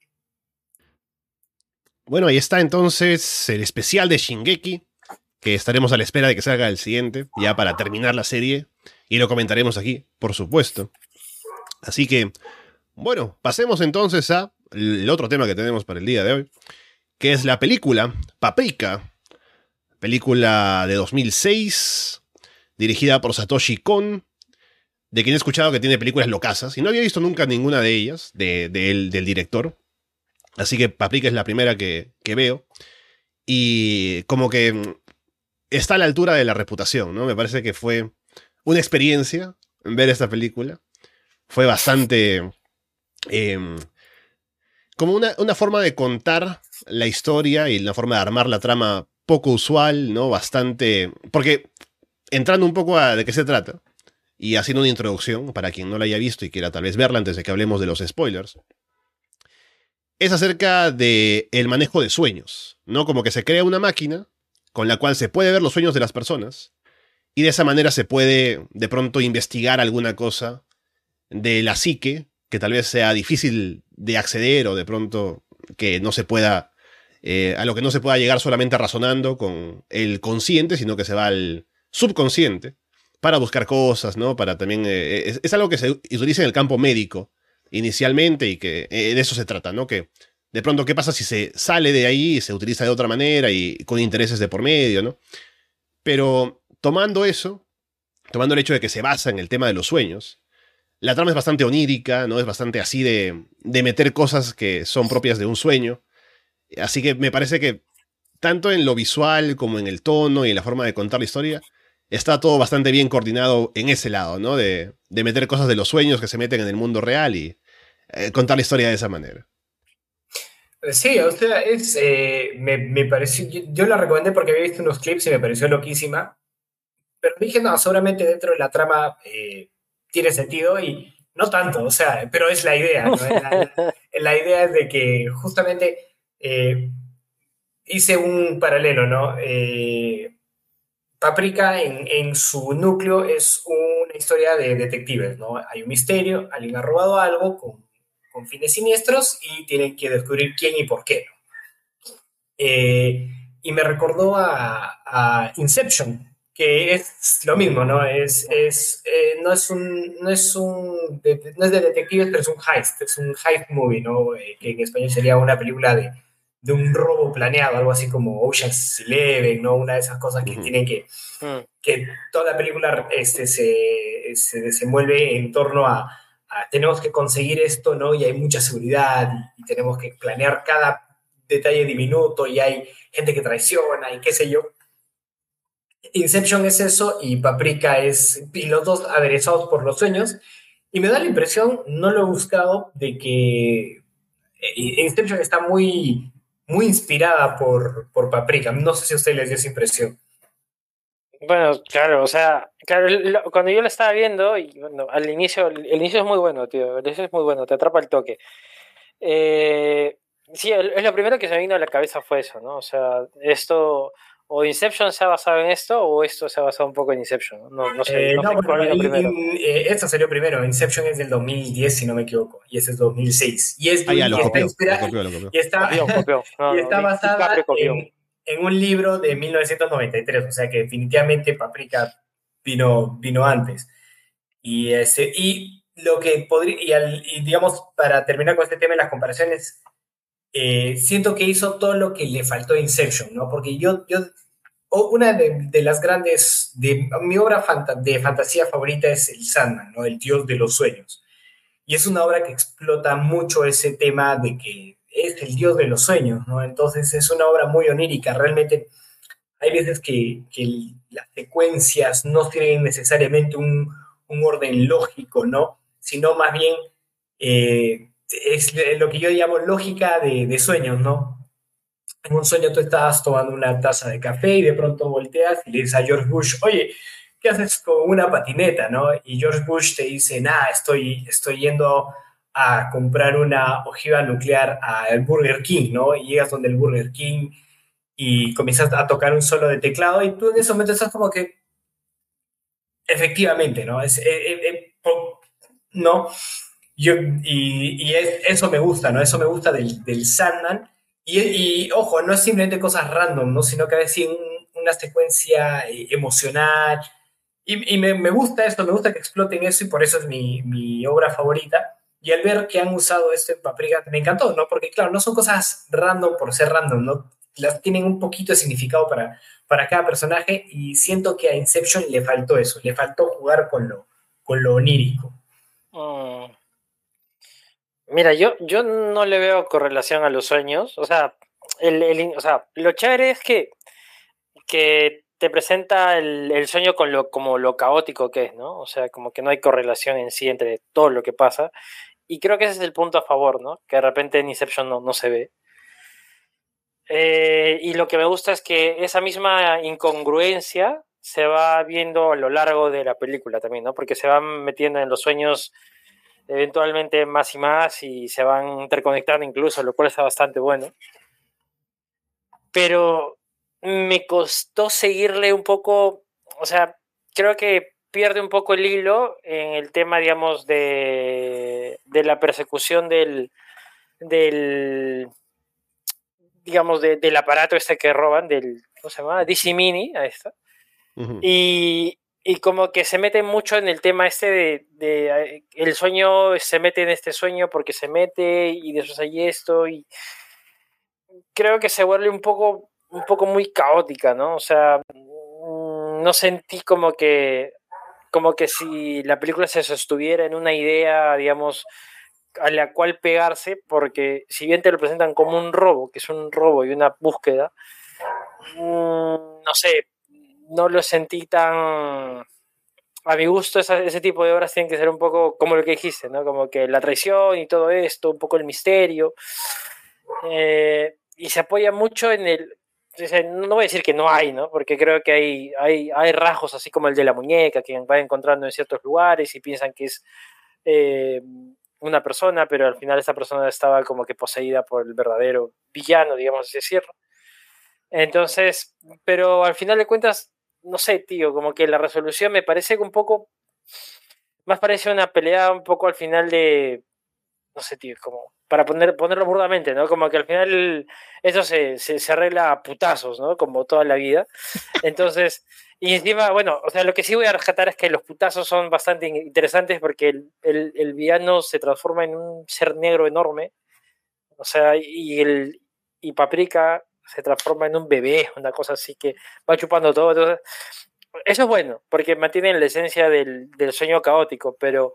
Bueno, ahí está entonces el especial de Shingeki, que estaremos a la espera de que salga el siguiente, ya para terminar la serie, y lo comentaremos aquí, por supuesto. Así que, bueno, pasemos entonces a el otro tema que tenemos para el día de hoy, que es la película Paprika, película de dos mil seis, dirigida por Satoshi Kon, de quien he escuchado que tiene películas locasas, y no había visto nunca ninguna de ellas, de, de él, del director. Así que Paprika es la primera que, que veo. Y como que está a la altura de la reputación, ¿no? Me parece que fue una experiencia ver esta película. Fue bastante... eh, como una, una forma de contar la historia y una forma de armar la trama poco usual, ¿no? Bastante... Porque entrando un poco a de qué se trata y haciendo una introducción para quien no la haya visto y quiera tal vez verla antes de que hablemos de los spoilers, es acerca de el manejo de sueños, ¿no? Como que se crea una máquina con la cual se puede ver los sueños de las personas y de esa manera se puede de pronto investigar alguna cosa de la psique que tal vez sea difícil de acceder o de pronto que no se pueda, eh, a lo que no se pueda llegar solamente razonando con el consciente, sino que se va al subconsciente para buscar cosas, ¿no? Para también, eh, es, es algo que se utiliza en el campo médico inicialmente y que eh, de eso se trata, ¿no? Que de pronto, ¿qué pasa si se sale de ahí y se utiliza de otra manera y con intereses de por medio, ¿no? Pero tomando eso, tomando el hecho de que se basa en el tema de los sueños, la trama es bastante onírica, ¿no? Es bastante así de, de meter cosas que son propias de un sueño. Así que me parece que tanto en lo visual como en el tono y en la forma de contar la historia, está todo bastante bien coordinado en ese lado, ¿no? De, de meter cosas de los sueños que se meten en el mundo real y eh, contar la historia de esa manera. Sí, o sea, es, eh, me, me pareció, yo, yo la recomendé porque había visto unos clips y me pareció loquísima, pero dije, no, seguramente dentro de la trama eh, tiene sentido y no tanto, o sea, pero es la idea, ¿no? La, la, la idea es de que justamente eh, hice un paralelo, ¿no? Eh, Paprika en, en su núcleo es una historia de detectives, ¿no? Hay un misterio, alguien ha robado algo con, con fines siniestros y tienen que descubrir quién y por qué, ¿no? Eh, y me recordó a, a, Inception, que es lo mismo, ¿no? Es, es, eh, no, es un, no, es un, de, no es de detectives, pero es un heist, es un heist movie, ¿no? Eh, que en español sería una película de, de un robo planeado, algo así como Ocean's Eleven, ¿no? Una de esas cosas que Ujú. tienen que, que toda la película este, se, se desenvuelve en torno a, a, tenemos que conseguir esto, ¿no? Y hay mucha seguridad y, y tenemos que planear cada detalle diminuto y hay gente que traiciona y qué sé yo. Inception es eso y Paprika es, y los dos aderezados por los sueños. Y me da la impresión, no lo he buscado, de que Inception está muy, muy inspirada por, por Paprika. No sé si a ustedes les dio esa impresión. Bueno, claro, o sea, claro, lo, cuando yo lo estaba viendo, y bueno, al inicio, el, el inicio es muy bueno, tío, el inicio es muy bueno, te atrapa el toque. Eh, sí, es lo primero que se me vino a la cabeza fue eso, ¿no? O sea, esto, o Inception se ha basado en esto, o esto se ha basado un poco en Inception, ¿no? No, no sé, Eh, no no, sé cuál bueno, vino primero. in, eh, esto salió primero. Inception es del dos mil diez, si no me equivoco, y ese es dos mil seis. Y, es, Ah, ya, y lo está copió, lo inspirada copió, lo copió. y está, Copión, copión. No, y no, está Di- DiCaprio basada copión. en, en un libro de mil novecientos noventa y tres, o sea que definitivamente Paprika vino, vino antes. Y, ese, y lo que podría, y, al, y digamos, para terminar con este tema de las comparaciones, eh, siento que hizo todo lo que le faltó a Inception, ¿no? Porque yo, yo una de, de, las grandes, de mi obra fanta, de fantasía favorita es El Sandman, ¿no? El dios de los sueños. Y es una obra que explota mucho ese tema de que es el dios de los sueños, ¿no? Entonces es una obra muy onírica, realmente hay veces que, que las secuencias no tienen necesariamente un, un orden lógico, ¿no? Sino más bien eh, es lo que yo llamo lógica de, de sueños, ¿no? En un sueño tú estabas tomando una taza de café y de pronto volteas y le dices a George Bush, oye, ¿qué haces con una patineta, no? Y George Bush te dice, nada, estoy, estoy yendo a comprar una ojiva nuclear al Burger King, ¿no? Y llegas donde el Burger King y comienzas a tocar un solo de teclado y tú en ese momento estás como que, efectivamente, ¿no? Es, eh, eh, eh, no, yo, y, y es, eso me gusta, ¿no? Eso me gusta del, del Sandman. Y, y, ojo, no es simplemente cosas random, ¿no? Sino que a veces un, una secuencia eh, emocional. Y, y me, me, gusta esto, me gusta que exploten eso y por eso es mi, mi obra favorita. Y al ver que han usado esto en Paprika, me encantó, ¿no? Porque, claro, no son cosas random por ser random, ¿no? Las tienen un poquito de significado para, para cada personaje y siento que a Inception le faltó eso, le faltó jugar con lo, con lo onírico. Mm. Mira, yo, yo no le veo correlación a los sueños. O sea, el, el, o sea lo chévere es que, que te presenta el, el sueño con lo, como lo caótico que es, ¿no? O sea, como que no hay correlación en sí entre todo lo que pasa. Y creo que ese es el punto a favor, ¿no? Que de repente en Inception no, no se ve. Eh, y lo que me gusta es que esa misma incongruencia se va viendo a lo largo de la película también, ¿no? Porque se van metiendo en los sueños eventualmente más y más y se van interconectando incluso, lo cual está bastante bueno. Pero me costó seguirle un poco, o sea, creo que pierde un poco el hilo en el tema, digamos, de, de la persecución del, del digamos, de, del aparato este que roban, del, ¿cómo se llama? D C Mini, ahí está. Uh-huh. Y, y como que se mete mucho en el tema este de, de, el sueño, se mete en este sueño porque se mete y después hay esto y creo que se vuelve un poco, un poco muy caótica, ¿no? O sea, no sentí como que, como que si la película se sostuviera en una idea, digamos, a la cual pegarse, porque si bien te lo presentan como un robo, que es un robo y una búsqueda, mmm, no sé, no lo sentí tan... A mi gusto esa, ese tipo de obras tienen que ser un poco como lo que dijiste, ¿no? Como que la traición y todo esto, un poco el misterio. Eh, y se apoya mucho en el... No voy a decir que no hay, ¿no? Porque creo que hay, hay, hay rasgos así como el de la muñeca que va encontrando en ciertos lugares y piensan que es eh, una persona, pero al final esa persona estaba como que poseída por el verdadero villano, digamos así decirlo. Entonces, pero al final de cuentas, no sé, tío, como que la resolución me parece un poco... Más parece una pelea un poco al final de... No sé, tío, como para poner, ponerlo burdamente, ¿no? Como que al final eso se, se, se arregla a putazos, ¿no? Como toda la vida. Entonces, y encima, bueno, o sea, lo que sí voy a rescatar es que los putazos son bastante interesantes porque el, el, el villano se transforma en un ser negro enorme, o sea, y, el, y Paprika se transforma en un bebé, una cosa así que va chupando todo. Entonces, eso es bueno, porque mantienen la esencia del, del sueño caótico, pero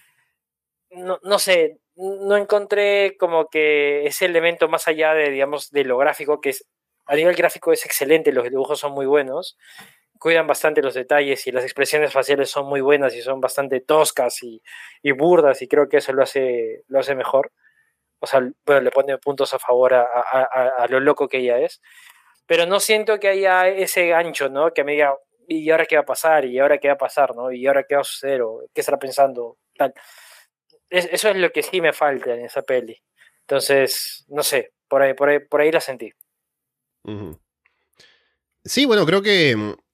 no, no sé, no encontré como que ese elemento más allá de, digamos, de lo gráfico, que es, a nivel gráfico es excelente, los dibujos son muy buenos, cuidan bastante los detalles y las expresiones faciales son muy buenas y son bastante toscas y, y burdas, y creo que eso lo hace, lo hace mejor. O sea, bueno, le pone puntos a favor a, a, a, a lo loco que ella es. Pero no siento que haya ese gancho, ¿no? Que me diga, ¿y ahora qué va a pasar? ¿Y ahora qué va a pasar? ¿No? ¿Y ahora qué va a suceder? ¿O qué estará pensando? Tal. Es, eso es lo que sí me falta en esa peli. Entonces, no sé, por ahí, por ahí, por ahí la sentí. Uh-huh. Sí, bueno, creo que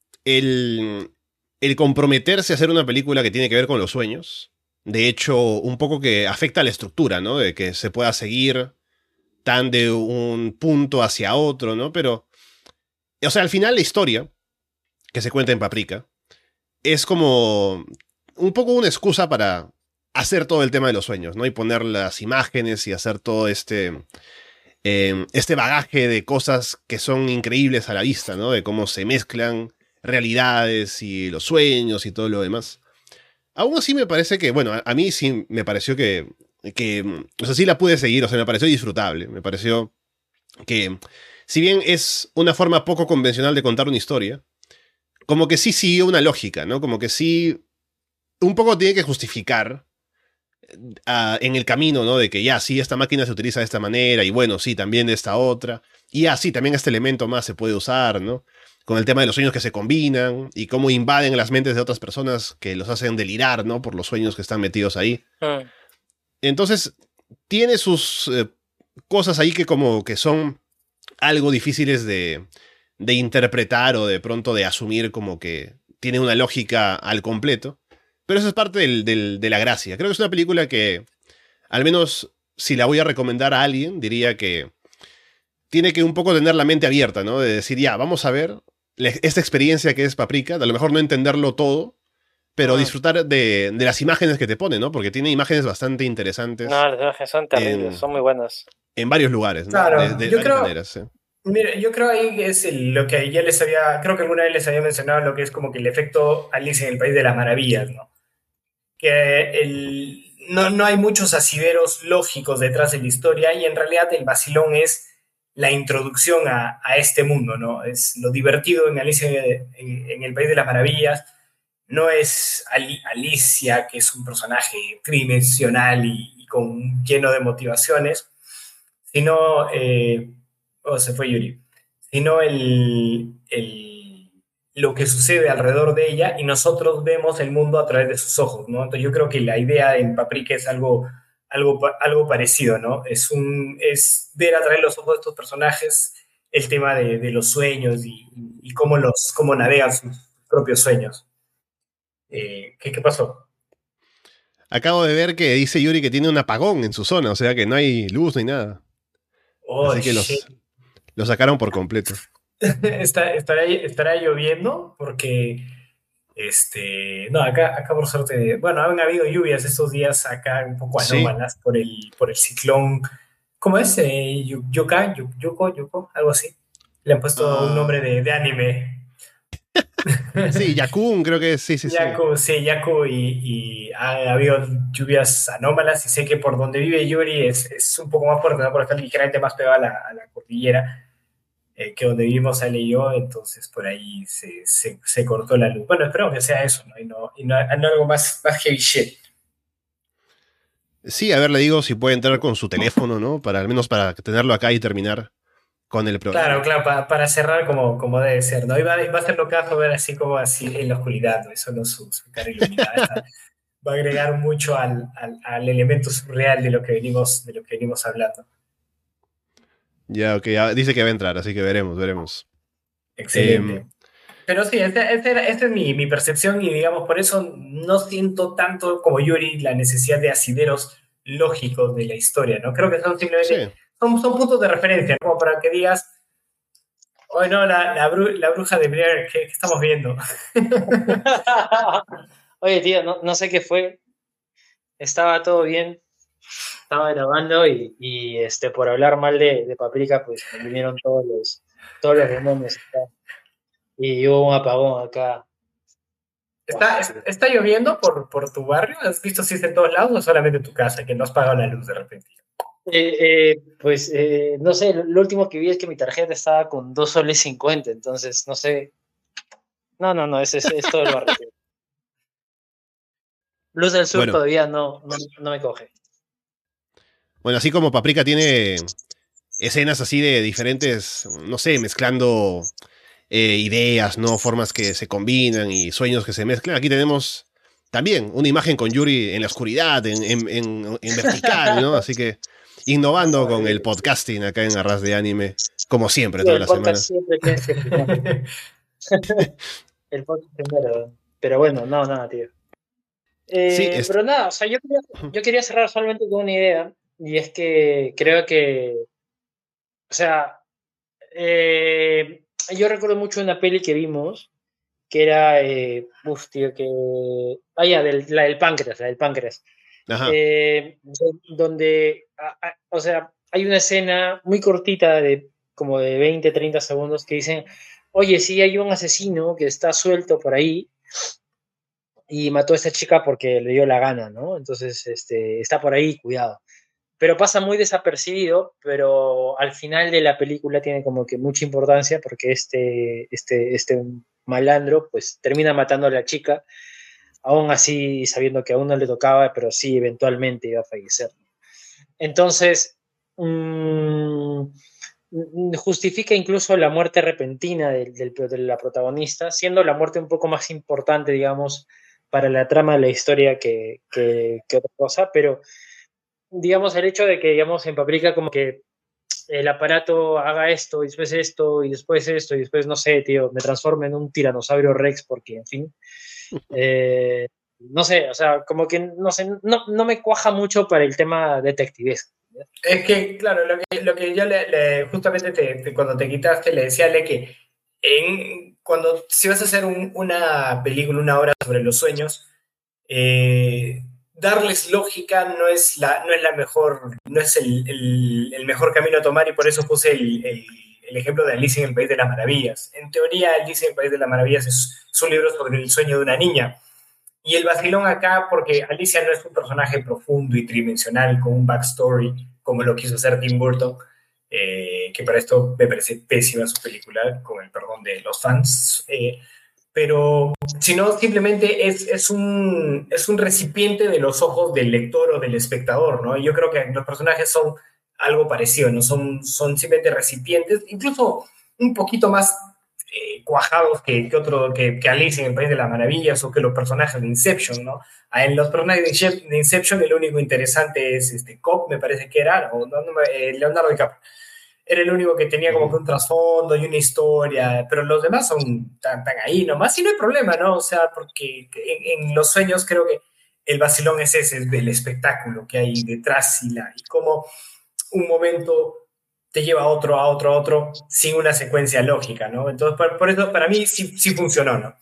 el, el comprometerse a hacer una película que tiene que ver con los sueños, de hecho, un poco que afecta a la estructura, ¿no? De que se pueda seguir tan de un punto hacia otro, ¿no? Pero, o sea, al final la historia que se cuenta en Paprika es como un poco una excusa para hacer todo el tema de los sueños, ¿no? Y poner las imágenes y hacer todo este, eh, este bagaje de cosas que son increíbles a la vista, ¿no? De cómo se mezclan realidades y los sueños y todo lo demás. Aún así me parece que, bueno, a, a mí sí me pareció que, que, o sea, sí la pude seguir, o sea, me pareció disfrutable, me pareció que, si bien es una forma poco convencional de contar una historia, como que sí siguió una lógica, ¿no? Como que sí, un poco tiene que justificar uh, en el camino, ¿no? De que ya, sí, esta máquina se utiliza de esta manera, y bueno, sí, también de esta otra, y ya, sí, también este elemento más se puede usar, ¿no? Con el tema de los sueños que se combinan, y cómo invaden las mentes de otras personas que los hacen delirar, ¿no? Por los sueños que están metidos ahí. Mm. Entonces, tiene sus eh, cosas ahí que como que son algo difíciles de, de interpretar o de pronto de asumir como que tiene una lógica al completo. Pero eso es parte del, del, de la gracia. Creo que es una película que, al menos si la voy a recomendar a alguien, diría que tiene que un poco tener la mente abierta, ¿no? De decir, ya, vamos a ver esta experiencia que es Paprika, a lo mejor no entenderlo todo, pero ah. disfrutar de, de las imágenes que te pone, ¿no? Porque tiene imágenes bastante interesantes. No, las imágenes son terribles, en, son muy buenas. En varios lugares, ¿no? Claro, de, de yo varias creo, maneras, ¿sí? Mira, yo creo ahí que es el, lo que ya les había, creo que alguna vez les había mencionado lo que es como que el efecto Alicia en el País de las Maravillas, ¿no? Que el, no, no hay muchos asideros lógicos detrás de la historia y en realidad el vacilón es la introducción a, a este mundo, ¿no? Es lo divertido en Alicia en, en el País de las Maravillas. No es Ali, Alicia, que es un personaje tridimensional y, y con, lleno de motivaciones, sino, eh, oh, se fue Yuri, sino el, el, lo que sucede alrededor de ella y nosotros vemos el mundo a través de sus ojos, ¿no? Entonces yo creo que la idea en Paprika es algo, algo, algo parecido, ¿no? Es, un, es ver a través de los ojos de estos personajes el tema de, de los sueños y, y cómo, los, cómo navegan sus propios sueños. Eh, ¿qué, ¿Qué pasó? Acabo de ver que dice Yuri que tiene un apagón en su zona, o sea que no hay luz ni nada. Oh, así que los, los sacaron por completo. Está, estará, estará lloviendo porque este no acá, acá por suerte, bueno, han habido lluvias estos días acá un poco anómalas, ¿sí? por el por el ciclón, ¿cómo es? Eh, Yoka, Yoko, Yoko, algo así. Le han puesto uh... un nombre de, de anime. Sí, Yakun creo que es, sí, sí, Yaku, sí. Sí, Yaku y, y ha habido lluvias anómalas y sé que por donde vive Yuri es, es un poco más fuerte, ¿no? Porque está ligeramente más pegado a la, a la cordillera eh, que donde vivimos Ale y yo, entonces por ahí se, se, se cortó la luz. Bueno, espero que sea eso, ¿no? Y no, y no, no algo más, más heavy shit. Sí, a ver, le digo si puede entrar con su teléfono, ¿no? Para al menos para tenerlo acá y terminar con el programa. Claro, claro, pa- para cerrar como, como debe ser, ¿no? Y va, va a ser lo caso ver así como así en la oscuridad, ¿no? Eso no su, su cara iluminada. Esta va a agregar mucho al, al, al elemento surreal de lo que venimos, de lo que venimos hablando. Ya, ok, ya dice que va a entrar, así que veremos, veremos. Eh, Excelente. Pero sí, esta este era- esta es mi, mi percepción y digamos, por eso no siento tanto como Yuri la necesidad de asideros lógicos de la historia, ¿no? Creo que son sí, simplemente, son, son puntos de referencia, ¿no? Como para que digas, hoy no, la, la, bru- la bruja de Blair, ¿qué, qué estamos viendo? Oye, tío, no, no sé qué fue. Estaba todo bien. Estaba grabando y, y, este, por hablar mal de, de Paprika, pues me vinieron todos los, todos los demonios acá. Y hubo un apagón acá. ¿Está, Buah, es- tío. está lloviendo por, por tu barrio? ¿Has visto si es en todos lados o solamente en tu casa, que no has pagado la luz de repente? Eh, eh, pues eh, no sé, lo, lo último que vi es que mi tarjeta estaba con dos soles cincuenta, entonces no sé. No, no, no, ese es, es todo el barrio, tío. Luz del Sur bueno, todavía no, no, no me coge. bueno, así como Paprika tiene escenas así de diferentes, no sé, mezclando eh, ideas, ¿no? Formas que se combinan y sueños que se mezclan. Aquí tenemos también una imagen con Yuri en la oscuridad, en, en, en, en vertical, ¿no? Así que innovando con el podcasting acá en Arras de Anime, como siempre, Tío, todas el las podcast semanas. siempre tienes que primero. El podcast primero. Pero bueno, no, nada, tío. Sí, Eh, es... pero nada, o sea, yo quería, yo quería cerrar solamente con una idea, y es que creo que, o sea, eh, yo recuerdo mucho una peli que vimos, que era, eh, uf, tío, que, ah, ya, del, la del páncreas, la del páncreas, Ajá. eh, do- donde, a- a- o sea, hay una escena muy cortita de como de veinte treinta segundos que dicen, oye, sí, hay un asesino que está suelto por ahí y mató a esta chica porque le dio la gana, ¿no? Entonces, este, está por ahí, cuidado. Pero pasa muy desapercibido, pero al final de la película tiene como que mucha importancia porque este, este, este malandro pues termina matando a la chica, aún así sabiendo que aún no le tocaba, pero sí eventualmente iba a fallecer. Entonces, mmm, justifica incluso la muerte repentina del, del, de la protagonista, siendo la muerte un poco más importante, digamos, para la trama de la historia que, que, que otra cosa, pero digamos el hecho de que, digamos, en Paprika como que el aparato haga esto, y después esto, y después esto, y después, no sé, tío, me transforme en un tiranosaurio Rex, porque, en fin, eh, no sé, o sea, como que, no sé, no, no me cuaja mucho para el tema detectivesco. Es que, claro, lo que, lo que yo le, le- justamente te, te- cuando te quitaste le decía a Ale que en, cuando si vas a hacer un- una película, una obra sobre los sueños, eh, darles lógica no es la, no es la mejor, no es el, el- el mejor camino a tomar y por eso puse el, el- el ejemplo de Alicia en el País de las Maravillas. En teoría, Alicia en el País de las Maravillas es, es un libro sobre el sueño de una niña. Y el vacilón acá, porque Alicia no es un personaje profundo y tridimensional con un backstory como lo quiso hacer Tim Burton, eh, que para esto me parece pésima su película, con el perdón de los fans, eh, pero sino simplemente es, es, un, es un recipiente de los ojos del lector o del espectador, ¿no? Y yo creo que los personajes son algo parecido, ¿no? Son, son simplemente recipientes, incluso un poquito más eh, cuajados que, que, otro, que, que Alice en el País de las Maravillas o que los personajes de Inception, ¿no? En los personajes de Inception el único interesante es este Cobb, me parece que era, o no, no, eh, Leonardo DiCaprio. Era el único que tenía como que un trasfondo y una historia, pero los demás son tan, tan ahí nomás y no hay problema, ¿no? O sea, porque en, en los sueños creo que el vacilón es ese, es el espectáculo que hay detrás y, la, y cómo un momento te lleva a otro, a otro, a otro, sin una secuencia lógica, ¿no? Entonces, por, por eso, para mí sí, sí funcionó, ¿no?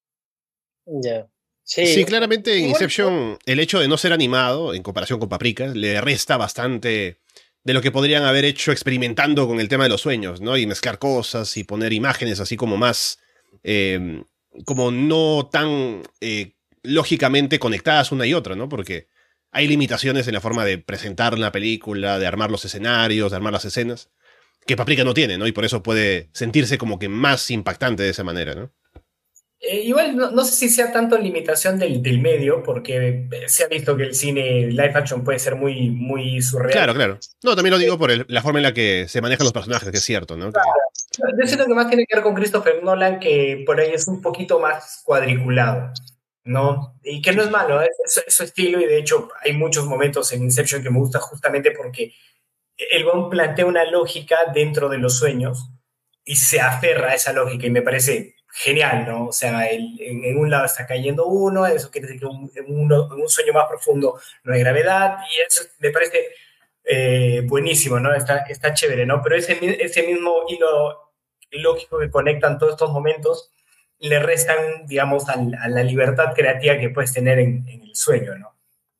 Ya. Yeah. Sí, Sí, claramente en igual, Inception el hecho de no ser animado, en comparación con Paprika, le resta bastante de lo que podrían haber hecho experimentando con el tema de los sueños, ¿no? Y mezclar cosas y poner imágenes así como más, eh, como no tan eh, lógicamente conectadas una y otra, ¿no? Porque hay limitaciones en la forma de presentar la película, de armar los escenarios, de armar las escenas, que Paprika no tiene, ¿no? Y por eso puede sentirse como que más impactante de esa manera, ¿no? Eh, igual no, no sé si sea tanto limitación del, del medio, porque se ha visto que el cine live action puede ser muy, muy Claro, surreal. claro. No, también lo Eh, digo por el- la forma en la que se manejan los personajes, que es cierto, ¿no? Que, Yo siento que más tiene que ver con Christopher Nolan, que por ahí es un poquito más cuadriculado, ¿no? Y que sí, no es sí, sí. malo, es, es- es su estilo, y de hecho hay muchos momentos en Inception que me gusta justamente porque el Gon plantea una lógica dentro de los sueños y se aferra a esa lógica y me parece genial, ¿no? O sea, el- en, en un lado está cayendo uno, eso quiere decir que un- en, uno- en un sueño más profundo no hay gravedad y eso me parece eh, buenísimo, ¿no? Está, está chévere, ¿no? Pero ese, mi- ese mismo hilo lógico que conectan todos estos momentos le restan, digamos, al- a la libertad creativa que puedes tener en, en el sueño, ¿no?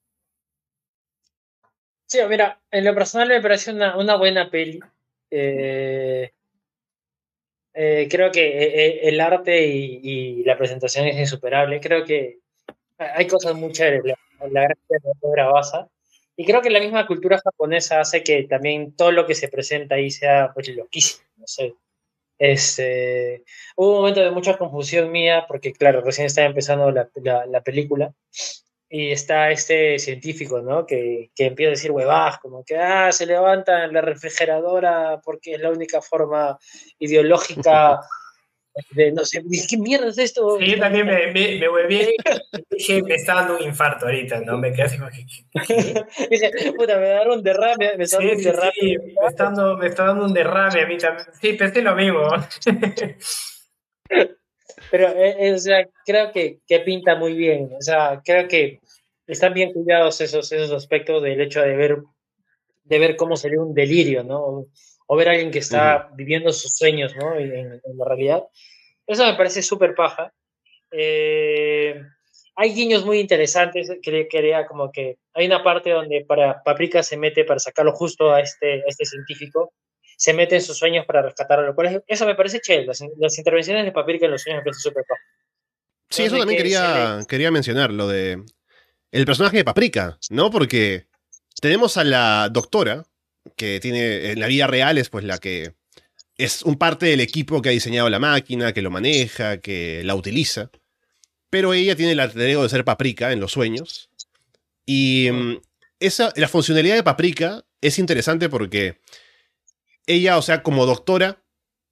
Sí, mira, en lo personal me parece una, una buena peli. Eh, eh, creo que eh, eh, el arte y, y la presentación es insuperable. Creo que hay cosas muy chéveres. La, la gracia de la obra basa. Y creo que la misma cultura japonesa hace que también todo lo que se presenta ahí sea pues loquísimo. No sé. Este, hubo un momento de mucha confusión mía porque, claro, recién estaba empezando la, la, la película y está este científico, ¿no? Que, que empieza a decir huevadas, como que, ah, se levanta en la refrigeradora porque es la única forma ideológica de, no sé, ¿qué mierda es esto? Sí, yo también me, me, me huevé y dije, me está dando un infarto ahorita, ¿no? Me quedé así como que, ¿qué? Dice, puta, me va a dar un derrame, me está dando Sí, un sí, derrame. sí, me está dando, me está dando un derrame a mí también. Sí, pensé lo mismo. Pero, eh, eh, o sea, creo que, que pinta muy bien. O sea, creo que están bien cuidados esos, esos aspectos del hecho de ver, de ver cómo sería un delirio, ¿no? O, o ver a alguien que Ujú. está viviendo sus sueños, ¿no? En, en la realidad. Eso me parece súper paja. Eh, hay guiños muy interesantes. Que quería como que hay una parte donde para Paprika se mete para sacarlo justo a este, a este científico. Se mete en sus sueños para rescatarlo, lo cual es- eso me parece chévere. Las, las intervenciones de Paprika en los sueños me parece súper paja. Sí, No eso sé también qué se le. quería, quería mencionar, lo de el personaje de Paprika, ¿no? Porque tenemos a la doctora, que tiene, en la vida real es pues la que es un parte del equipo que ha diseñado la máquina, que lo maneja, que la utiliza, pero ella tiene el alter ego de ser Paprika en los sueños. Y mm, esa, la funcionalidad de Paprika es interesante porque ella, o sea, como doctora,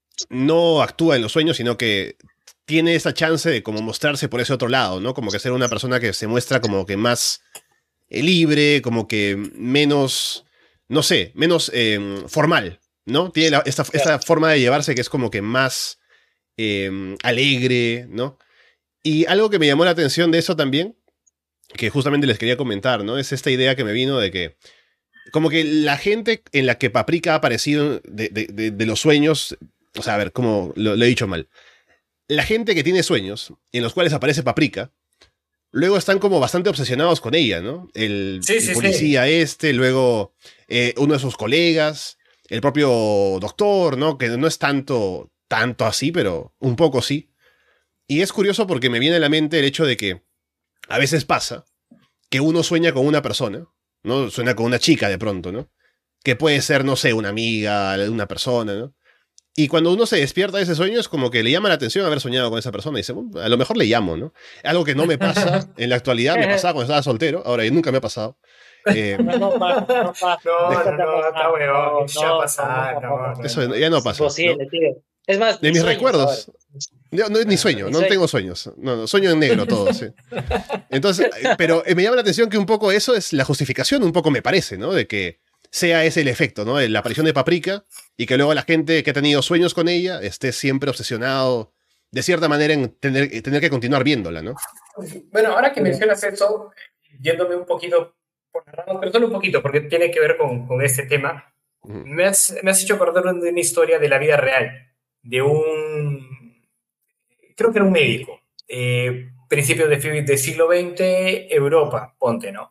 no actúa en los sueños, sino que tiene esa chance de como mostrarse por ese otro lado, ¿no? Como que ser una persona que se muestra como que más eh, libre, como que menos, no sé, menos eh, formal, ¿no? Tiene la- esta, esta forma de llevarse que es como que más eh, alegre, ¿no? Y algo que me llamó la atención de eso también, que justamente les quería comentar, ¿no? Es esta idea que me vino de que como que la gente en la que Paprika ha aparecido de, de- de- de los sueños, o sea, a ver, como lo, lo he dicho mal, la gente que tiene sueños en los cuales aparece Paprika, luego están como bastante obsesionados con ella, ¿no? El, Sí, el sí, sí. policía este, luego eh, uno de sus colegas, el propio doctor, ¿no? Que no es tanto, tanto así, pero un poco sí. Y es curioso porque me viene a la mente el hecho de que a veces pasa que uno sueña con una persona, ¿no? Sueña con una chica de pronto, ¿no? Que puede ser, no sé, una amiga, una persona, ¿no? Y cuando uno se despierta de ese sueño es como que le llama la atención haber soñado con esa persona y dice, bueno, a lo mejor le llamo, ¿no? Algo que no me pasa en la actualidad, me pasaba cuando estaba soltero, ahora nunca me ha pasado. Eh, No, no pasa, no pasa, de- No, nunca no, te ha no, está pasado. huevón, No, ya no, no, pasa, nunca no, pasa. no, eso no. ya no Es pasa, ¿no? imposible, tío. Es más, De ni mis sueños ahora. recuerdos, no, no, ni sueño, Ni no tengo sueños. sueños, no, no, sueño en negro todo, sí. Entonces, eh, pero eh, me llama la atención que un poco eso es la justificación, un poco me parece, ¿no? De que sea ese el efecto, ¿no? De la aparición de Paprika y que luego la gente que ha tenido sueños con ella esté siempre obsesionado, de cierta manera, en tener, tener que continuar viéndola, ¿no? Bueno, ahora que Pero, mencionas eso, yéndome un poquito por las ramas, pero solo un poquito, porque tiene que ver con, con este tema, Ujú, me has, me has hecho acordar de una historia de la vida real, de un, creo que era un médico, eh, principios de, fi- de siglo veinte, Europa, ponte, ¿no?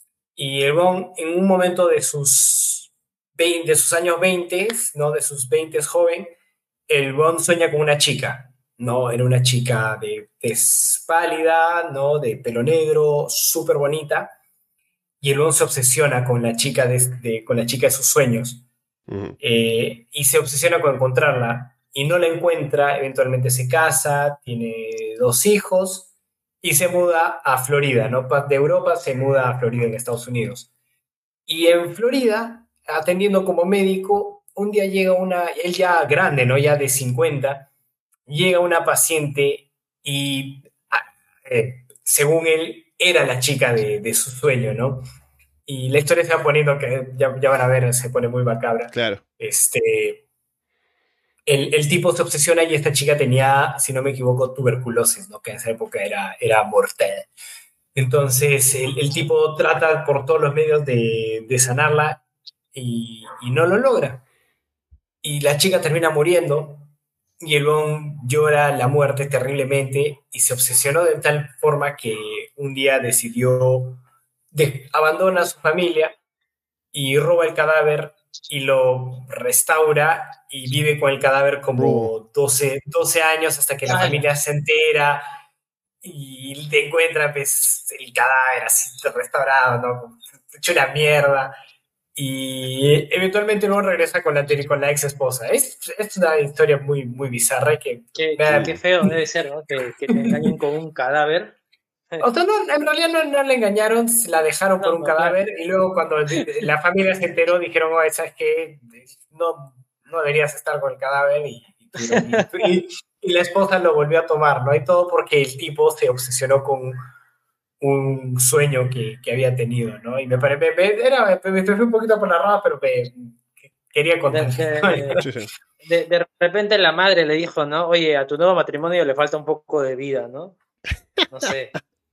Y el weón, en un momento de sus, veinte, de sus años veinte, ¿no? De sus veinte joven, el weón sueña con una chica, ¿no? Era una chica de tez pálida, ¿no? De pelo negro, súper bonita, y el weón se obsesiona con la chica de, de- con la chica de sus sueños, ujú. eh, y se obsesiona con encontrarla, y no la encuentra, eventualmente se casa, tiene dos hijos y se muda a Florida, ¿no? De Europa se muda a Florida en Estados Unidos. Y en Florida, atendiendo como médico, un día llega una, él ya grande, ¿no? Ya de cincuenta, llega una paciente y, eh, según él, era la chica de, de su sueño, ¿no? Y la historia se va poniendo, que ya, ya van a ver, se pone muy macabra. Claro. Este, el, el tipo se obsesiona y esta chica tenía, si no me equivoco, tuberculosis, ¿no? Que en esa época era, era mortal. Entonces el, el tipo trata por todos los medios de, de sanarla y, y no lo logra. Y la chica termina muriendo y el bon llora la muerte terriblemente y se obsesionó de tal forma que un día decidió de, abandona a su familia y roba el cadáver y lo restaura y vive con el cadáver como doce, doce años hasta que la familia se entera y te encuentra pues, el cadáver así restaurado, ¿no? Hecho una mierda. Y eventualmente luego regresa con la, con la ex esposa. Es, es una historia muy, muy bizarra. Que qué, qué, qué feo debe ser, ¿no? Que, que te engañen con un cadáver. O sea, no, en realidad no, no la engañaron, la dejaron no, por un no, cadáver claro. Y luego cuando la familia se enteró dijeron, oh, ¿sabes qué? No, no deberías estar con el cadáver y, y, y, y la esposa lo volvió a tomar, ¿no? Y todo porque el tipo se obsesionó con un sueño que, que había tenido, ¿no? Y me parece, me, me, era, me, me fui un poquito por la rama, pero me, quería contar. De, de, de, de repente la madre le dijo, ¿no? Oye, a tu nuevo matrimonio le falta un poco de vida, ¿no? No sé.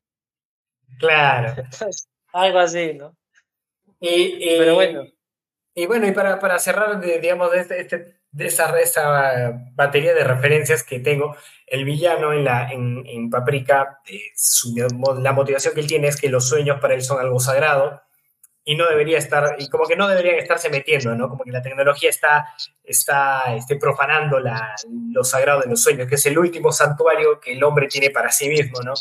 Claro. Algo así, ¿no? Y, y, pero bueno. Y bueno, y para, para cerrar, de, digamos, de, este, este, de esa, esa batería de referencias que tengo, el villano en, la, en, en Paprika, eh, su, la motivación que él tiene es que los sueños para él son algo sagrado y no debería estar, y como que no deberían estarse metiendo, ¿no? Como que la tecnología está, está este, profanando la, lo sagrado de los sueños, que es el último santuario que el hombre tiene para sí mismo, ¿no?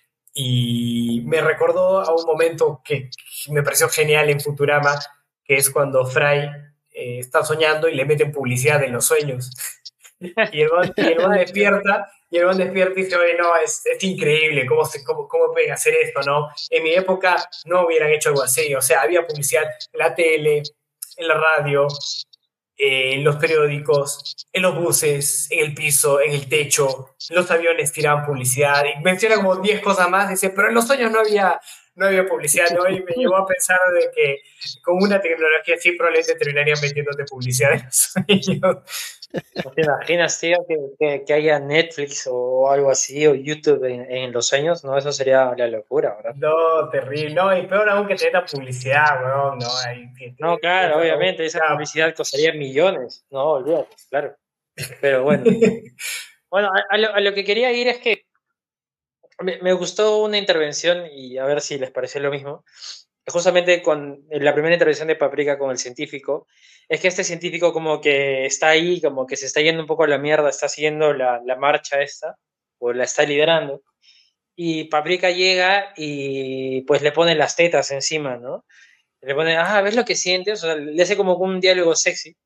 Y me recordó a un momento que me pareció genial en Futurama, que es cuando Fry eh, está soñando y le meten publicidad en los sueños. Y el man, y el man despierta, y el man despierta y dice, oye, no, es, es increíble, ¿cómo, se, cómo, ¿cómo pueden hacer esto, no? En mi época no hubieran hecho algo así, o sea, había publicidad en la tele, en la radio, eh, en los periódicos, en los buses, en el piso, en el techo, los aviones tiraban publicidad, y menciona como diez cosas más, dice, pero en los sueños no había... no había publicidad, ¿no? Y me llevó a pensar de que con una tecnología así probablemente terminarían metiéndote publicidad en los sueños. ¿No te imaginas, tío, que, que, que haya Netflix o algo así, o YouTube en, en los sueños? No, eso sería la locura, ¿verdad? No, terrible. No, y peor aún que te metan publicidad, weón. No, ahí, que, no claro, que, obviamente, no, esa claro. publicidad costaría millones. No, olvídate, claro. Pero bueno. bueno, a, a, lo, a lo que quería ir es que Me, me gustó una intervención, y a ver si les pareció lo mismo, justamente con la primera intervención de Paprika con el científico, es que este científico como que está ahí, como que se está yendo un poco a la mierda, está siguiendo la, la marcha esta, o la está liderando, y Paprika llega y pues le pone las tetas encima, ¿no? Le pone, ah, ¿ves lo que sientes? O sea, le hace como un diálogo sexy,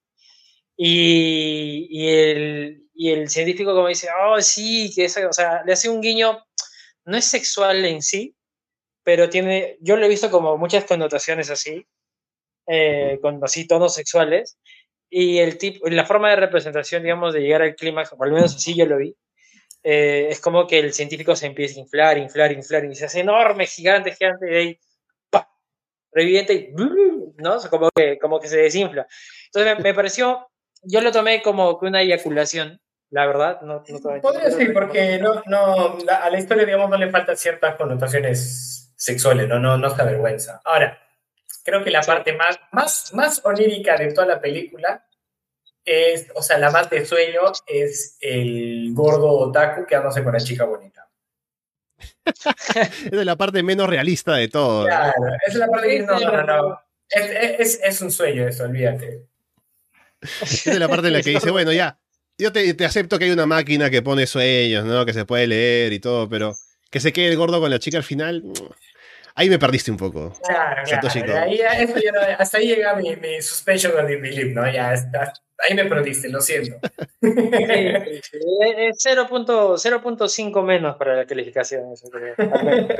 y, y, el, y el científico como dice, oh, sí, que eso, o sea, le hace un guiño. No es sexual en sí, pero tiene, yo lo he visto como muchas connotaciones así, eh, con así tonos sexuales, y el tipo, la forma de representación, digamos, de llegar al clímax, o al menos así yo lo vi, eh, es como que el científico se empieza a inflar, inflar, inflar, y se hace enorme, gigante, gigante, y de ahí, ¡pah!, revienta y, ¿no? O sea, como que, como que se desinfla. Entonces me, me pareció, yo lo tomé como que una eyaculación. La verdad, no, no podría ser, porque no, no, la, a la historia, digamos, no le faltan ciertas connotaciones sexuales, no, no, no está vergüenza. Ahora, creo que la sí. parte más, más, más onírica de toda la película es, o sea, la más de sueño es el gordo otaku quedándose con la chica bonita. Es la parte menos realista de todo. Claro, ¿no? Es la parte que no, no, no, no. Es, es, es un sueño eso, olvídate. Esa es la parte en la que dice, bueno, ya. Yo te, te acepto que hay una máquina que pone sueños, ¿no? Que se puede leer y todo, pero que se quede el gordo con la chica al final. ahí me perdiste un poco. Claro, Satoshi claro. Kon. Ahí, eso ya no- hasta ahí llega mi, mi suspension of disbelief, ¿no? Ya está. Ahí me perdiste, lo siento. Sí, sí, sí. Es cero punto cinco menos para la calificación, eso creo. Al menos.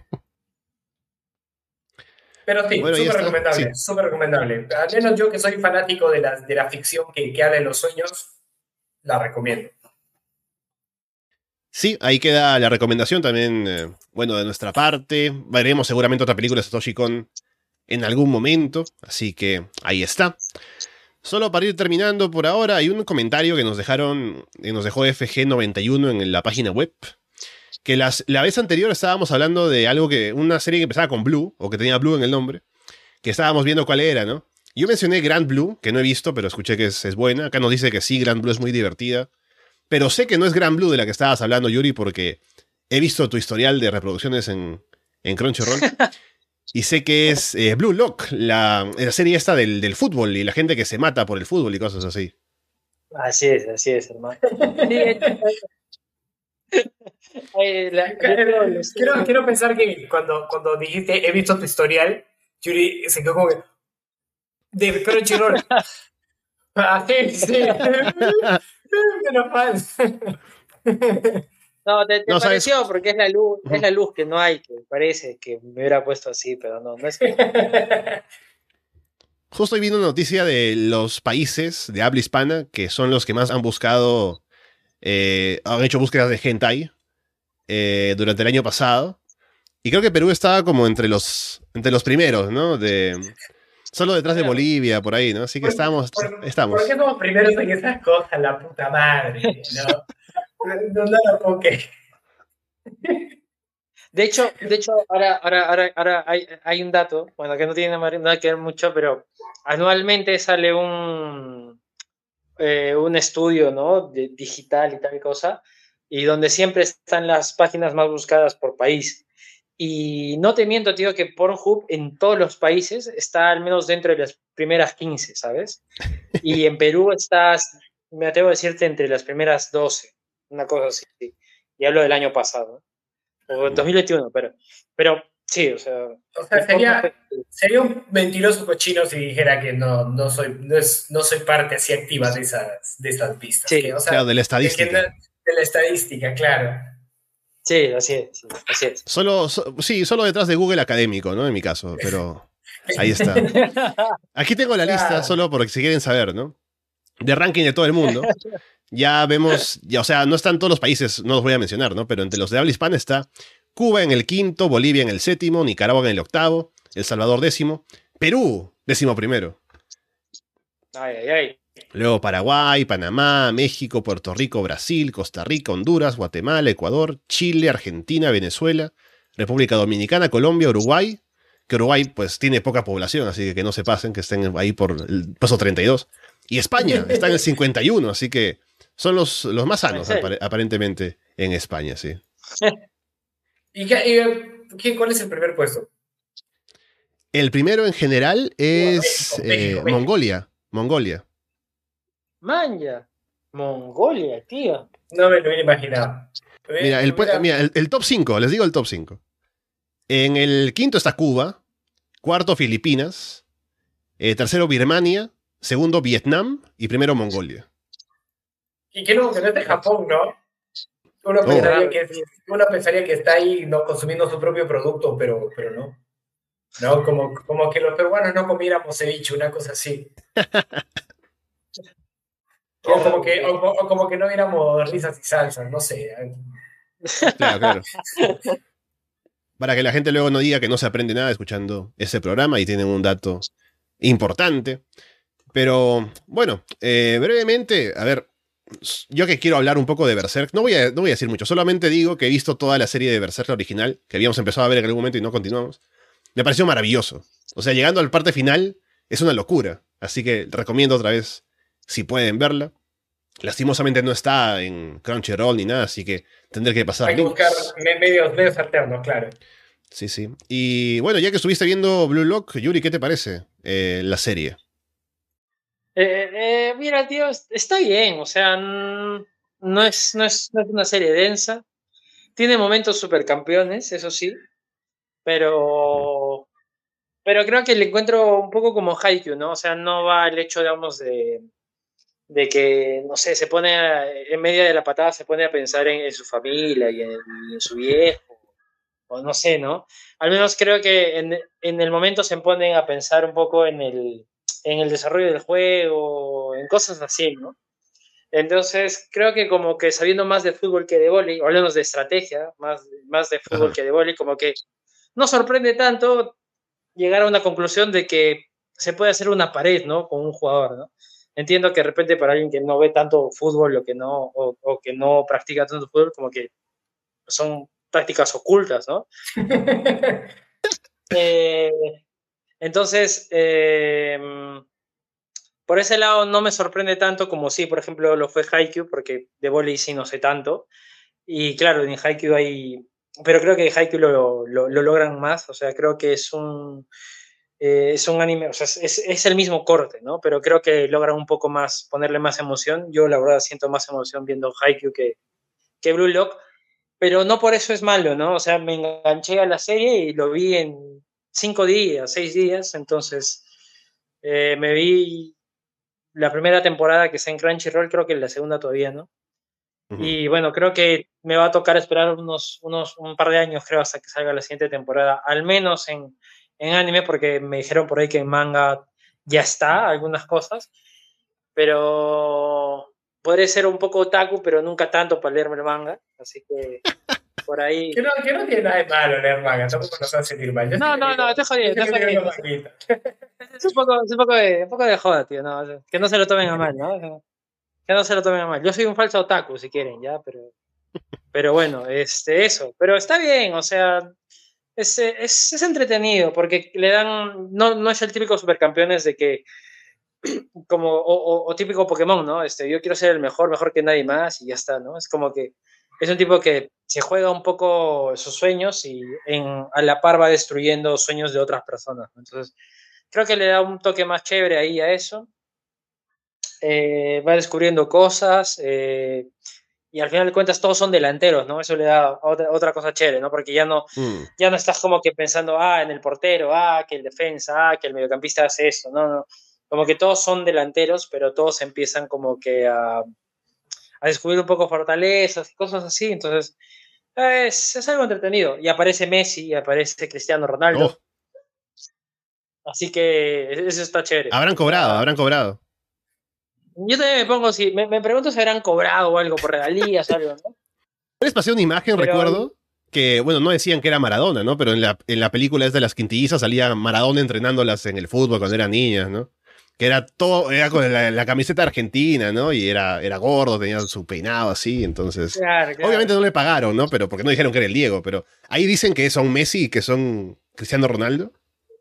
Pero sí, Bueno, ahí súper está. Sí. recomendable, súper recomendable. Al menos yo que soy fanático de la, de la ficción que, que habla de los sueños, la recomiendo. Sí, ahí queda la recomendación también, eh, bueno, de nuestra parte. Veremos seguramente otra película de Satoshi Kon en algún momento, así que ahí está. Solo para ir terminando por ahora, hay un comentario que nos dejaron, que nos dejó F G noventa y uno en la página web, que las, la vez anterior estábamos hablando de algo que, una serie que empezaba con Blue, o que tenía Blue en el nombre, que estábamos viendo cuál era, ¿no? Yo mencioné Grand Blue, que no he visto, pero escuché que es, es buena. Acá nos dice que sí, Grand Blue es muy divertida. Pero sé que no es Grand Blue de la que estabas hablando, Yuri, porque he visto tu historial de reproducciones en, en Crunchyroll. Y sé que es eh, Blue Lock, la, la serie esta del, del fútbol y la gente que se mata por el fútbol y cosas así. Así es, así es, hermano. Sí, eh, la- yo creo que los- Quiero, quiero pensar que cuando, cuando dijiste he visto tu historial, Yuri se quedó como que. De Crunchyroll. Ah, sí, sí. Menos mal. No, te, te No, ¿sabes? pareció porque es la luz, es la luz que no hay, que parece que me hubiera puesto así, pero no, no es que. Justo hoy vi una noticia de los países de habla hispana que son los que más han buscado, eh, han hecho búsquedas de hentai eh, durante el año pasado. Y creo que Perú estaba como entre los, entre los primeros, ¿no? De, solo detrás de Bolivia, por ahí, ¿no? Así que ¿Por, estamos, por, estamos. ¿Por qué somos primeros en esas cosas, la puta madre? No, no, no lo puedo creer. De hecho, de hecho, ahora, ahora, ahora, ahora hay, hay un dato, bueno, que no tiene nada que ver mucho, pero anualmente sale un, eh, un estudio, ¿no? De, digital y tal cosa, y donde siempre están las páginas más buscadas por país. Y no te miento, tío, que Pornhub en todos los países está al menos dentro de las primeras quince, ¿sabes? Y en Perú estás, me atrevo a decirte, entre las primeras doce, una cosa así. Y hablo del año pasado, ¿no? O dos mil veintiuno, pero, pero sí, o sea. O sea, sería, sería un mentiroso cochino si dijera que no, no, soy, no, es, no soy parte así activa de esas, de esas pistas. Sí, que, o sea, Claro, de la de, que estadística. no- de la estadística, claro. sí, así es, sí, así es. Solo, so- sí, solo detrás de Google académico, ¿no? En mi caso, pero ahí está. Aquí tengo la lista, Claro. solo porque si quieren saber, ¿no? De ranking de todo el mundo. Ya vemos, ya, o sea, no están todos los países, no los voy a mencionar, ¿no? Pero entre los de habla hispana está Cuba en el quinto, Bolivia en el séptimo, Nicaragua en el octavo, El Salvador décimo, Perú décimo primero. Ay, ay, ay. Luego Paraguay, Panamá, México, Puerto Rico, Brasil, Costa Rica, Honduras, Guatemala, Ecuador, Chile, Argentina, Venezuela, República Dominicana, Colombia, Uruguay. Que Uruguay pues tiene poca población, así que que no se pasen, que estén ahí por el paso treinta y dos. Y España está en el cincuenta y uno, así que son los, los más sanos ¿En serio? apare- aparentemente en España, sí. ¿Y, qué, y qué, cuál es el primer puesto? El primero en general es México, eh, México, México. Mongolia. Mongolia. Manja. Mongolia, tío. No me lo hubiera imaginado. Me- Mira, el, hubiera- pu- mira, el, el top cinco, les digo el top cinco. En el quinto está Cuba, cuarto Filipinas, eh, tercero Birmania, segundo Vietnam y primero Mongolia. Y qué loco que no es de Japón, ¿no? Uno Oh. pensaría, que, uno pensaría que está ahí no consumiendo su propio producto, pero, pero no. No, como, como que los peruanos no comiéramos ceviche, una cosa así. O como que, o, o como que no viéramos risas y salsas, no sé. Claro, claro. Para que la gente luego no diga que no se aprende nada escuchando ese programa y tienen un dato importante. Pero bueno, eh, brevemente, a ver, yo que quiero hablar un poco de Berserk, no voy, a, no voy a decir mucho, solamente digo que he visto toda la serie de Berserk, la original, que habíamos empezado a ver en algún momento y no continuamos. Me pareció maravilloso. O sea, llegando al parte final, es una locura. Así que recomiendo otra vez, si pueden verla. Lastimosamente no está en Crunchyroll ni nada, así que tendré que pasar Hay que links. buscar me- medios, medios alternos, claro. Sí, sí. Y bueno, ya que estuviste viendo Blue Lock, Yuri, ¿qué te parece eh, la serie? Eh, eh, mira, tío, es- está bien, o sea, mm, no es, no es, no es una serie densa. Tiene momentos supercampeones, eso sí, pero, pero creo que le encuentro un poco como Haikyuu, ¿no? O sea, no va el hecho, digamos, de, de que, no sé, se pone a- en medio de la patada, se pone a pensar en, en su familia y en, y en su viejo, o no sé, ¿no? Al menos creo que en, en el momento se ponen a pensar un poco en el, en el desarrollo del juego, en cosas así, ¿no? Entonces, creo que como que sabiendo más de fútbol que de vóley, o al menos de estrategia, más, más de fútbol Ajá. que de vóley, como que no sorprende tanto llegar a una conclusión de que se puede hacer una pared, ¿no? Con un jugador, ¿no? Entiendo que de repente para alguien que no ve tanto fútbol o que no, o, o que no practica tanto fútbol, como que son tácticas ocultas, ¿no? Eh, entonces, eh, por ese lado no me sorprende tanto como sí, por ejemplo, lo fue Haikyuu, porque de vóley sí no sé tanto. Y claro, en Haikyuu hay... Pero creo que en Haikyuu lo, lo, lo logran más, o sea, creo que es un, eh, es un anime, o sea, es, es el mismo corte, ¿no? Pero creo que logran un poco más, ponerle más emoción. Yo la verdad siento más emoción viendo Haikyuu que, que Blue Lock, pero no por eso es malo, ¿no? O sea, me enganché a la serie y lo vi en cinco días, seis días, entonces eh, me vi la primera temporada que está en Crunchyroll, creo que la segunda todavía, ¿no? Ujú. Y bueno, creo que me va a tocar esperar unos, unos un par de años, creo, hasta que salga la siguiente temporada, al menos en, en anime, porque me dijeron por ahí que en manga ya está, algunas cosas, pero podré ser un poco otaku, pero nunca tanto para leerme el manga, así que por ahí... Que no, que no tiene nada de malo leer manga, tampoco nos hace sentir mal. Yo No, estoy no, no, estoy jodido, yo estoy estoy leyendo jodido. manguita. Es un poco, es un poco de, un poco de joda, tío, no, que no se lo tomen a mal, ¿no? Que no se lo tomen a mal. Yo soy un falso otaku, si quieren, ya, pero... Pero bueno, este, eso. Pero está bien, o sea, es, es, es entretenido porque le dan. No, no es el típico supercampeones de que. Como, o, o, o típico Pokémon, ¿no? Este, yo quiero ser el mejor, mejor que nadie más y ya está, ¿no? Es como que. Es un tipo que se juega un poco sus sueños y en, a la par va destruyendo sueños de otras personas, ¿no? Entonces, creo que le da un toque más chévere ahí a eso. Eh, va descubriendo cosas. Eh, y al final de cuentas todos son delanteros, ¿no? Eso le da otra, otra cosa chévere, ¿no? Porque ya no, Mm. ya no estás como que pensando, ah, en el portero, ah, que el defensa, ah, que el mediocampista hace esto, no, no. Como que todos son delanteros, pero todos empiezan como que a, a descubrir un poco fortalezas y cosas así, entonces es, es algo entretenido. Y aparece Messi, y aparece Cristiano Oh, Ronaldo, así que eso está chévere. habrán O cobrado, sea, habrán cobrado. yo también me pongo, si me, me pregunto si habrán cobrado o algo por regalías o algo, ¿no? Les pasé una imagen, Pero recuerdo, que, bueno, no decían que era Maradona, ¿no? Pero en la, en la película es de las quintillizas salía Maradona entrenándolas en el fútbol cuando eran niñas, ¿no? Que era todo, era con la, la camiseta argentina, ¿no? Y era, era gordo, tenía su peinado así, entonces... claro, claro. Obviamente no le pagaron, ¿no? Pero porque no dijeron que era el Diego, pero ahí dicen que son Messi y que son Cristiano Ronaldo.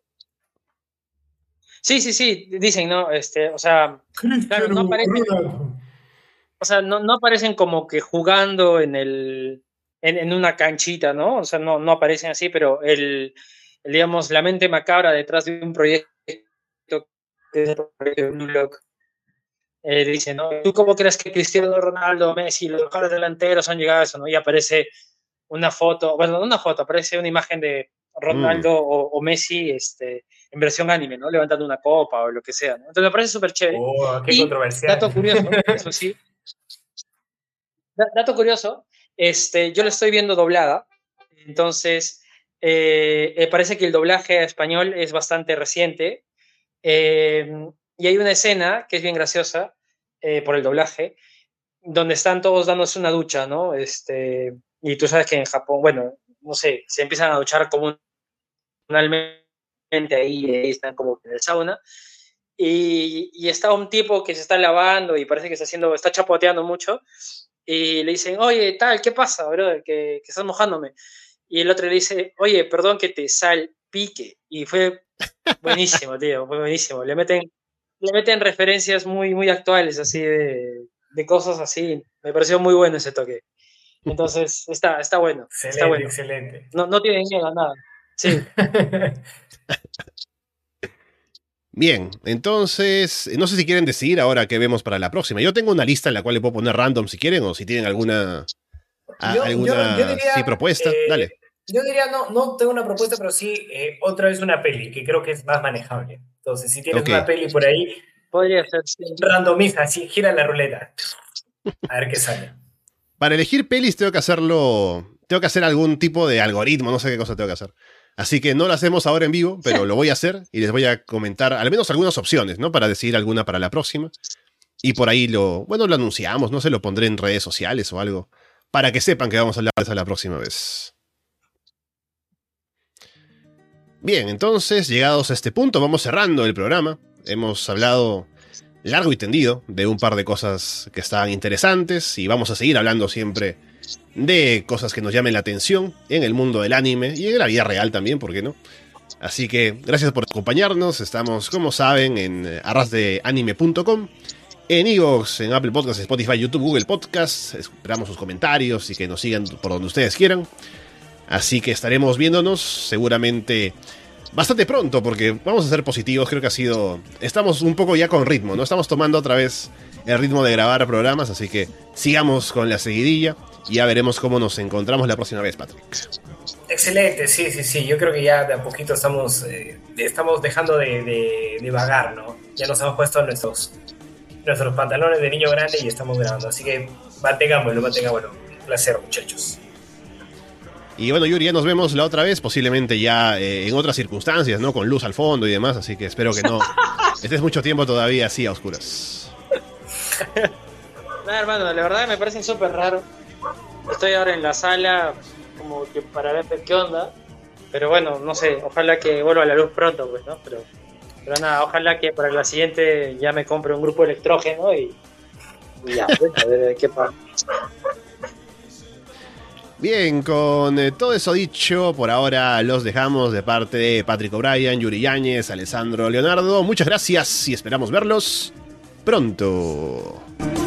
Sí, sí, sí, dicen, ¿no? Este, o sea, claro, no aparecen, o sea, no, no aparecen como que jugando en el, en, en una canchita, ¿no? O sea, no, no aparecen así, pero el, el, digamos, la mente macabra detrás de un proyecto que es el proyecto de Blue Lock, eh, dice, ¿no? ¿Tú cómo crees que Cristiano Ronaldo, Messi, los mejores delanteros han llegado a eso, ¿no? Y aparece una foto, bueno, no una foto, aparece una imagen de Mm. Ronaldo o, o Messi, este, en versión anime, ¿no? Levantando una copa o lo que sea, ¿no? Entonces me parece súper chévere. Oh, qué Y, controversial. dato curioso, eso sí, da- dato curioso, este, yo lo estoy viendo doblada, entonces eh, eh, parece que el doblaje a español es bastante reciente, eh, y hay una escena que es bien graciosa eh, por el doblaje, donde están todos dándose una ducha, ¿no? Este, y tú sabes que en Japón, bueno, no sé, se empiezan a duchar comunalmente ahí, ahí están como en el sauna, y, y está un tipo que se está lavando y parece que está haciendo, está chapoteando mucho, y le dicen, oye, tal, ¿qué pasa, bro? Que, que estás mojándome. Y el otro le dice, oye, perdón que te salpique. Y fue buenísimo, tío, fue buenísimo. Le meten, le meten referencias muy, muy actuales, así de, de cosas así. Me pareció muy bueno ese toque. Entonces, está, está bueno, Excelente, está bueno. excelente. No, no tienen miedo a nada. Sí. Bien, entonces, no sé si quieren decidir ahora qué vemos para la próxima. Yo tengo una lista en la cual le puedo poner random si quieren o si tienen alguna, a- Yo, yo, yo alguna diría, sí, propuesta. eh, Dale. Yo diría, no, no tengo una propuesta, pero sí eh, otra vez una peli, que creo que es más manejable. Entonces, si tienes Ok. una peli por ahí, Podría ser. Sí. randomiza, así, gira la ruleta. A ver qué sale. Para elegir pelis tengo que hacerlo. Tengo que hacer algún tipo de algoritmo, no sé qué cosa tengo que hacer. Así que no lo hacemos ahora en vivo, pero lo voy a hacer y les voy a comentar al menos algunas opciones, ¿no? Para decidir alguna para la próxima. Y por ahí lo, bueno, lo anunciamos, no sé, lo pondré en redes sociales o algo, para que sepan que vamos a hablar de eso la próxima vez. Bien, entonces, llegados a este punto, vamos cerrando el programa. Hemos hablado largo y tendido de un par de cosas que estaban interesantes y vamos a seguir hablando siempre de cosas que nos llamen la atención en el mundo del anime y en la vida real también, ¿por qué no? Así que gracias por acompañarnos. Estamos, como saben, en arras de anime punto com, en iVoox, en Apple Podcasts, Spotify, YouTube, Google Podcasts. Esperamos sus comentarios y que nos sigan por donde ustedes quieran. Así que estaremos viéndonos seguramente bastante pronto, porque vamos a ser positivos. Creo que ha sido... Estamos un poco ya con ritmo, ¿no? Estamos tomando otra vez el ritmo de grabar programas, así que sigamos con la seguidilla y ya veremos cómo nos encontramos la próxima vez, Patrick. Excelente, sí, sí, sí. Yo creo que ya de a poquito estamos, eh, estamos dejando de, de, de vagar, ¿no? Ya nos hemos puesto nuestros, nuestros pantalones de niño grande y estamos grabando. Así que mantengámoslo, mantengámoslo. Un placer, muchachos. Y bueno, Yuri, ya nos vemos la otra vez, posiblemente ya eh, en otras circunstancias, ¿no? Con luz al fondo y demás, así que espero que no estés mucho tiempo todavía así a oscuras. No, hermano, la verdad me parece súper raro. Estoy ahora en la sala como que para ver qué onda. Pero bueno, no sé, ojalá que vuelva a la luz pronto, pues, ¿no? Pero, pero nada, ojalá que para la siguiente ya me compre un grupo electrógeno y, y ya, pues, a ver qué pasa. Bien, con eh, todo eso dicho, por ahora los dejamos de parte de Patrick O'Brien, Yuri Yáñez, Alessandro Leonardo. Muchas gracias y esperamos verlos pronto.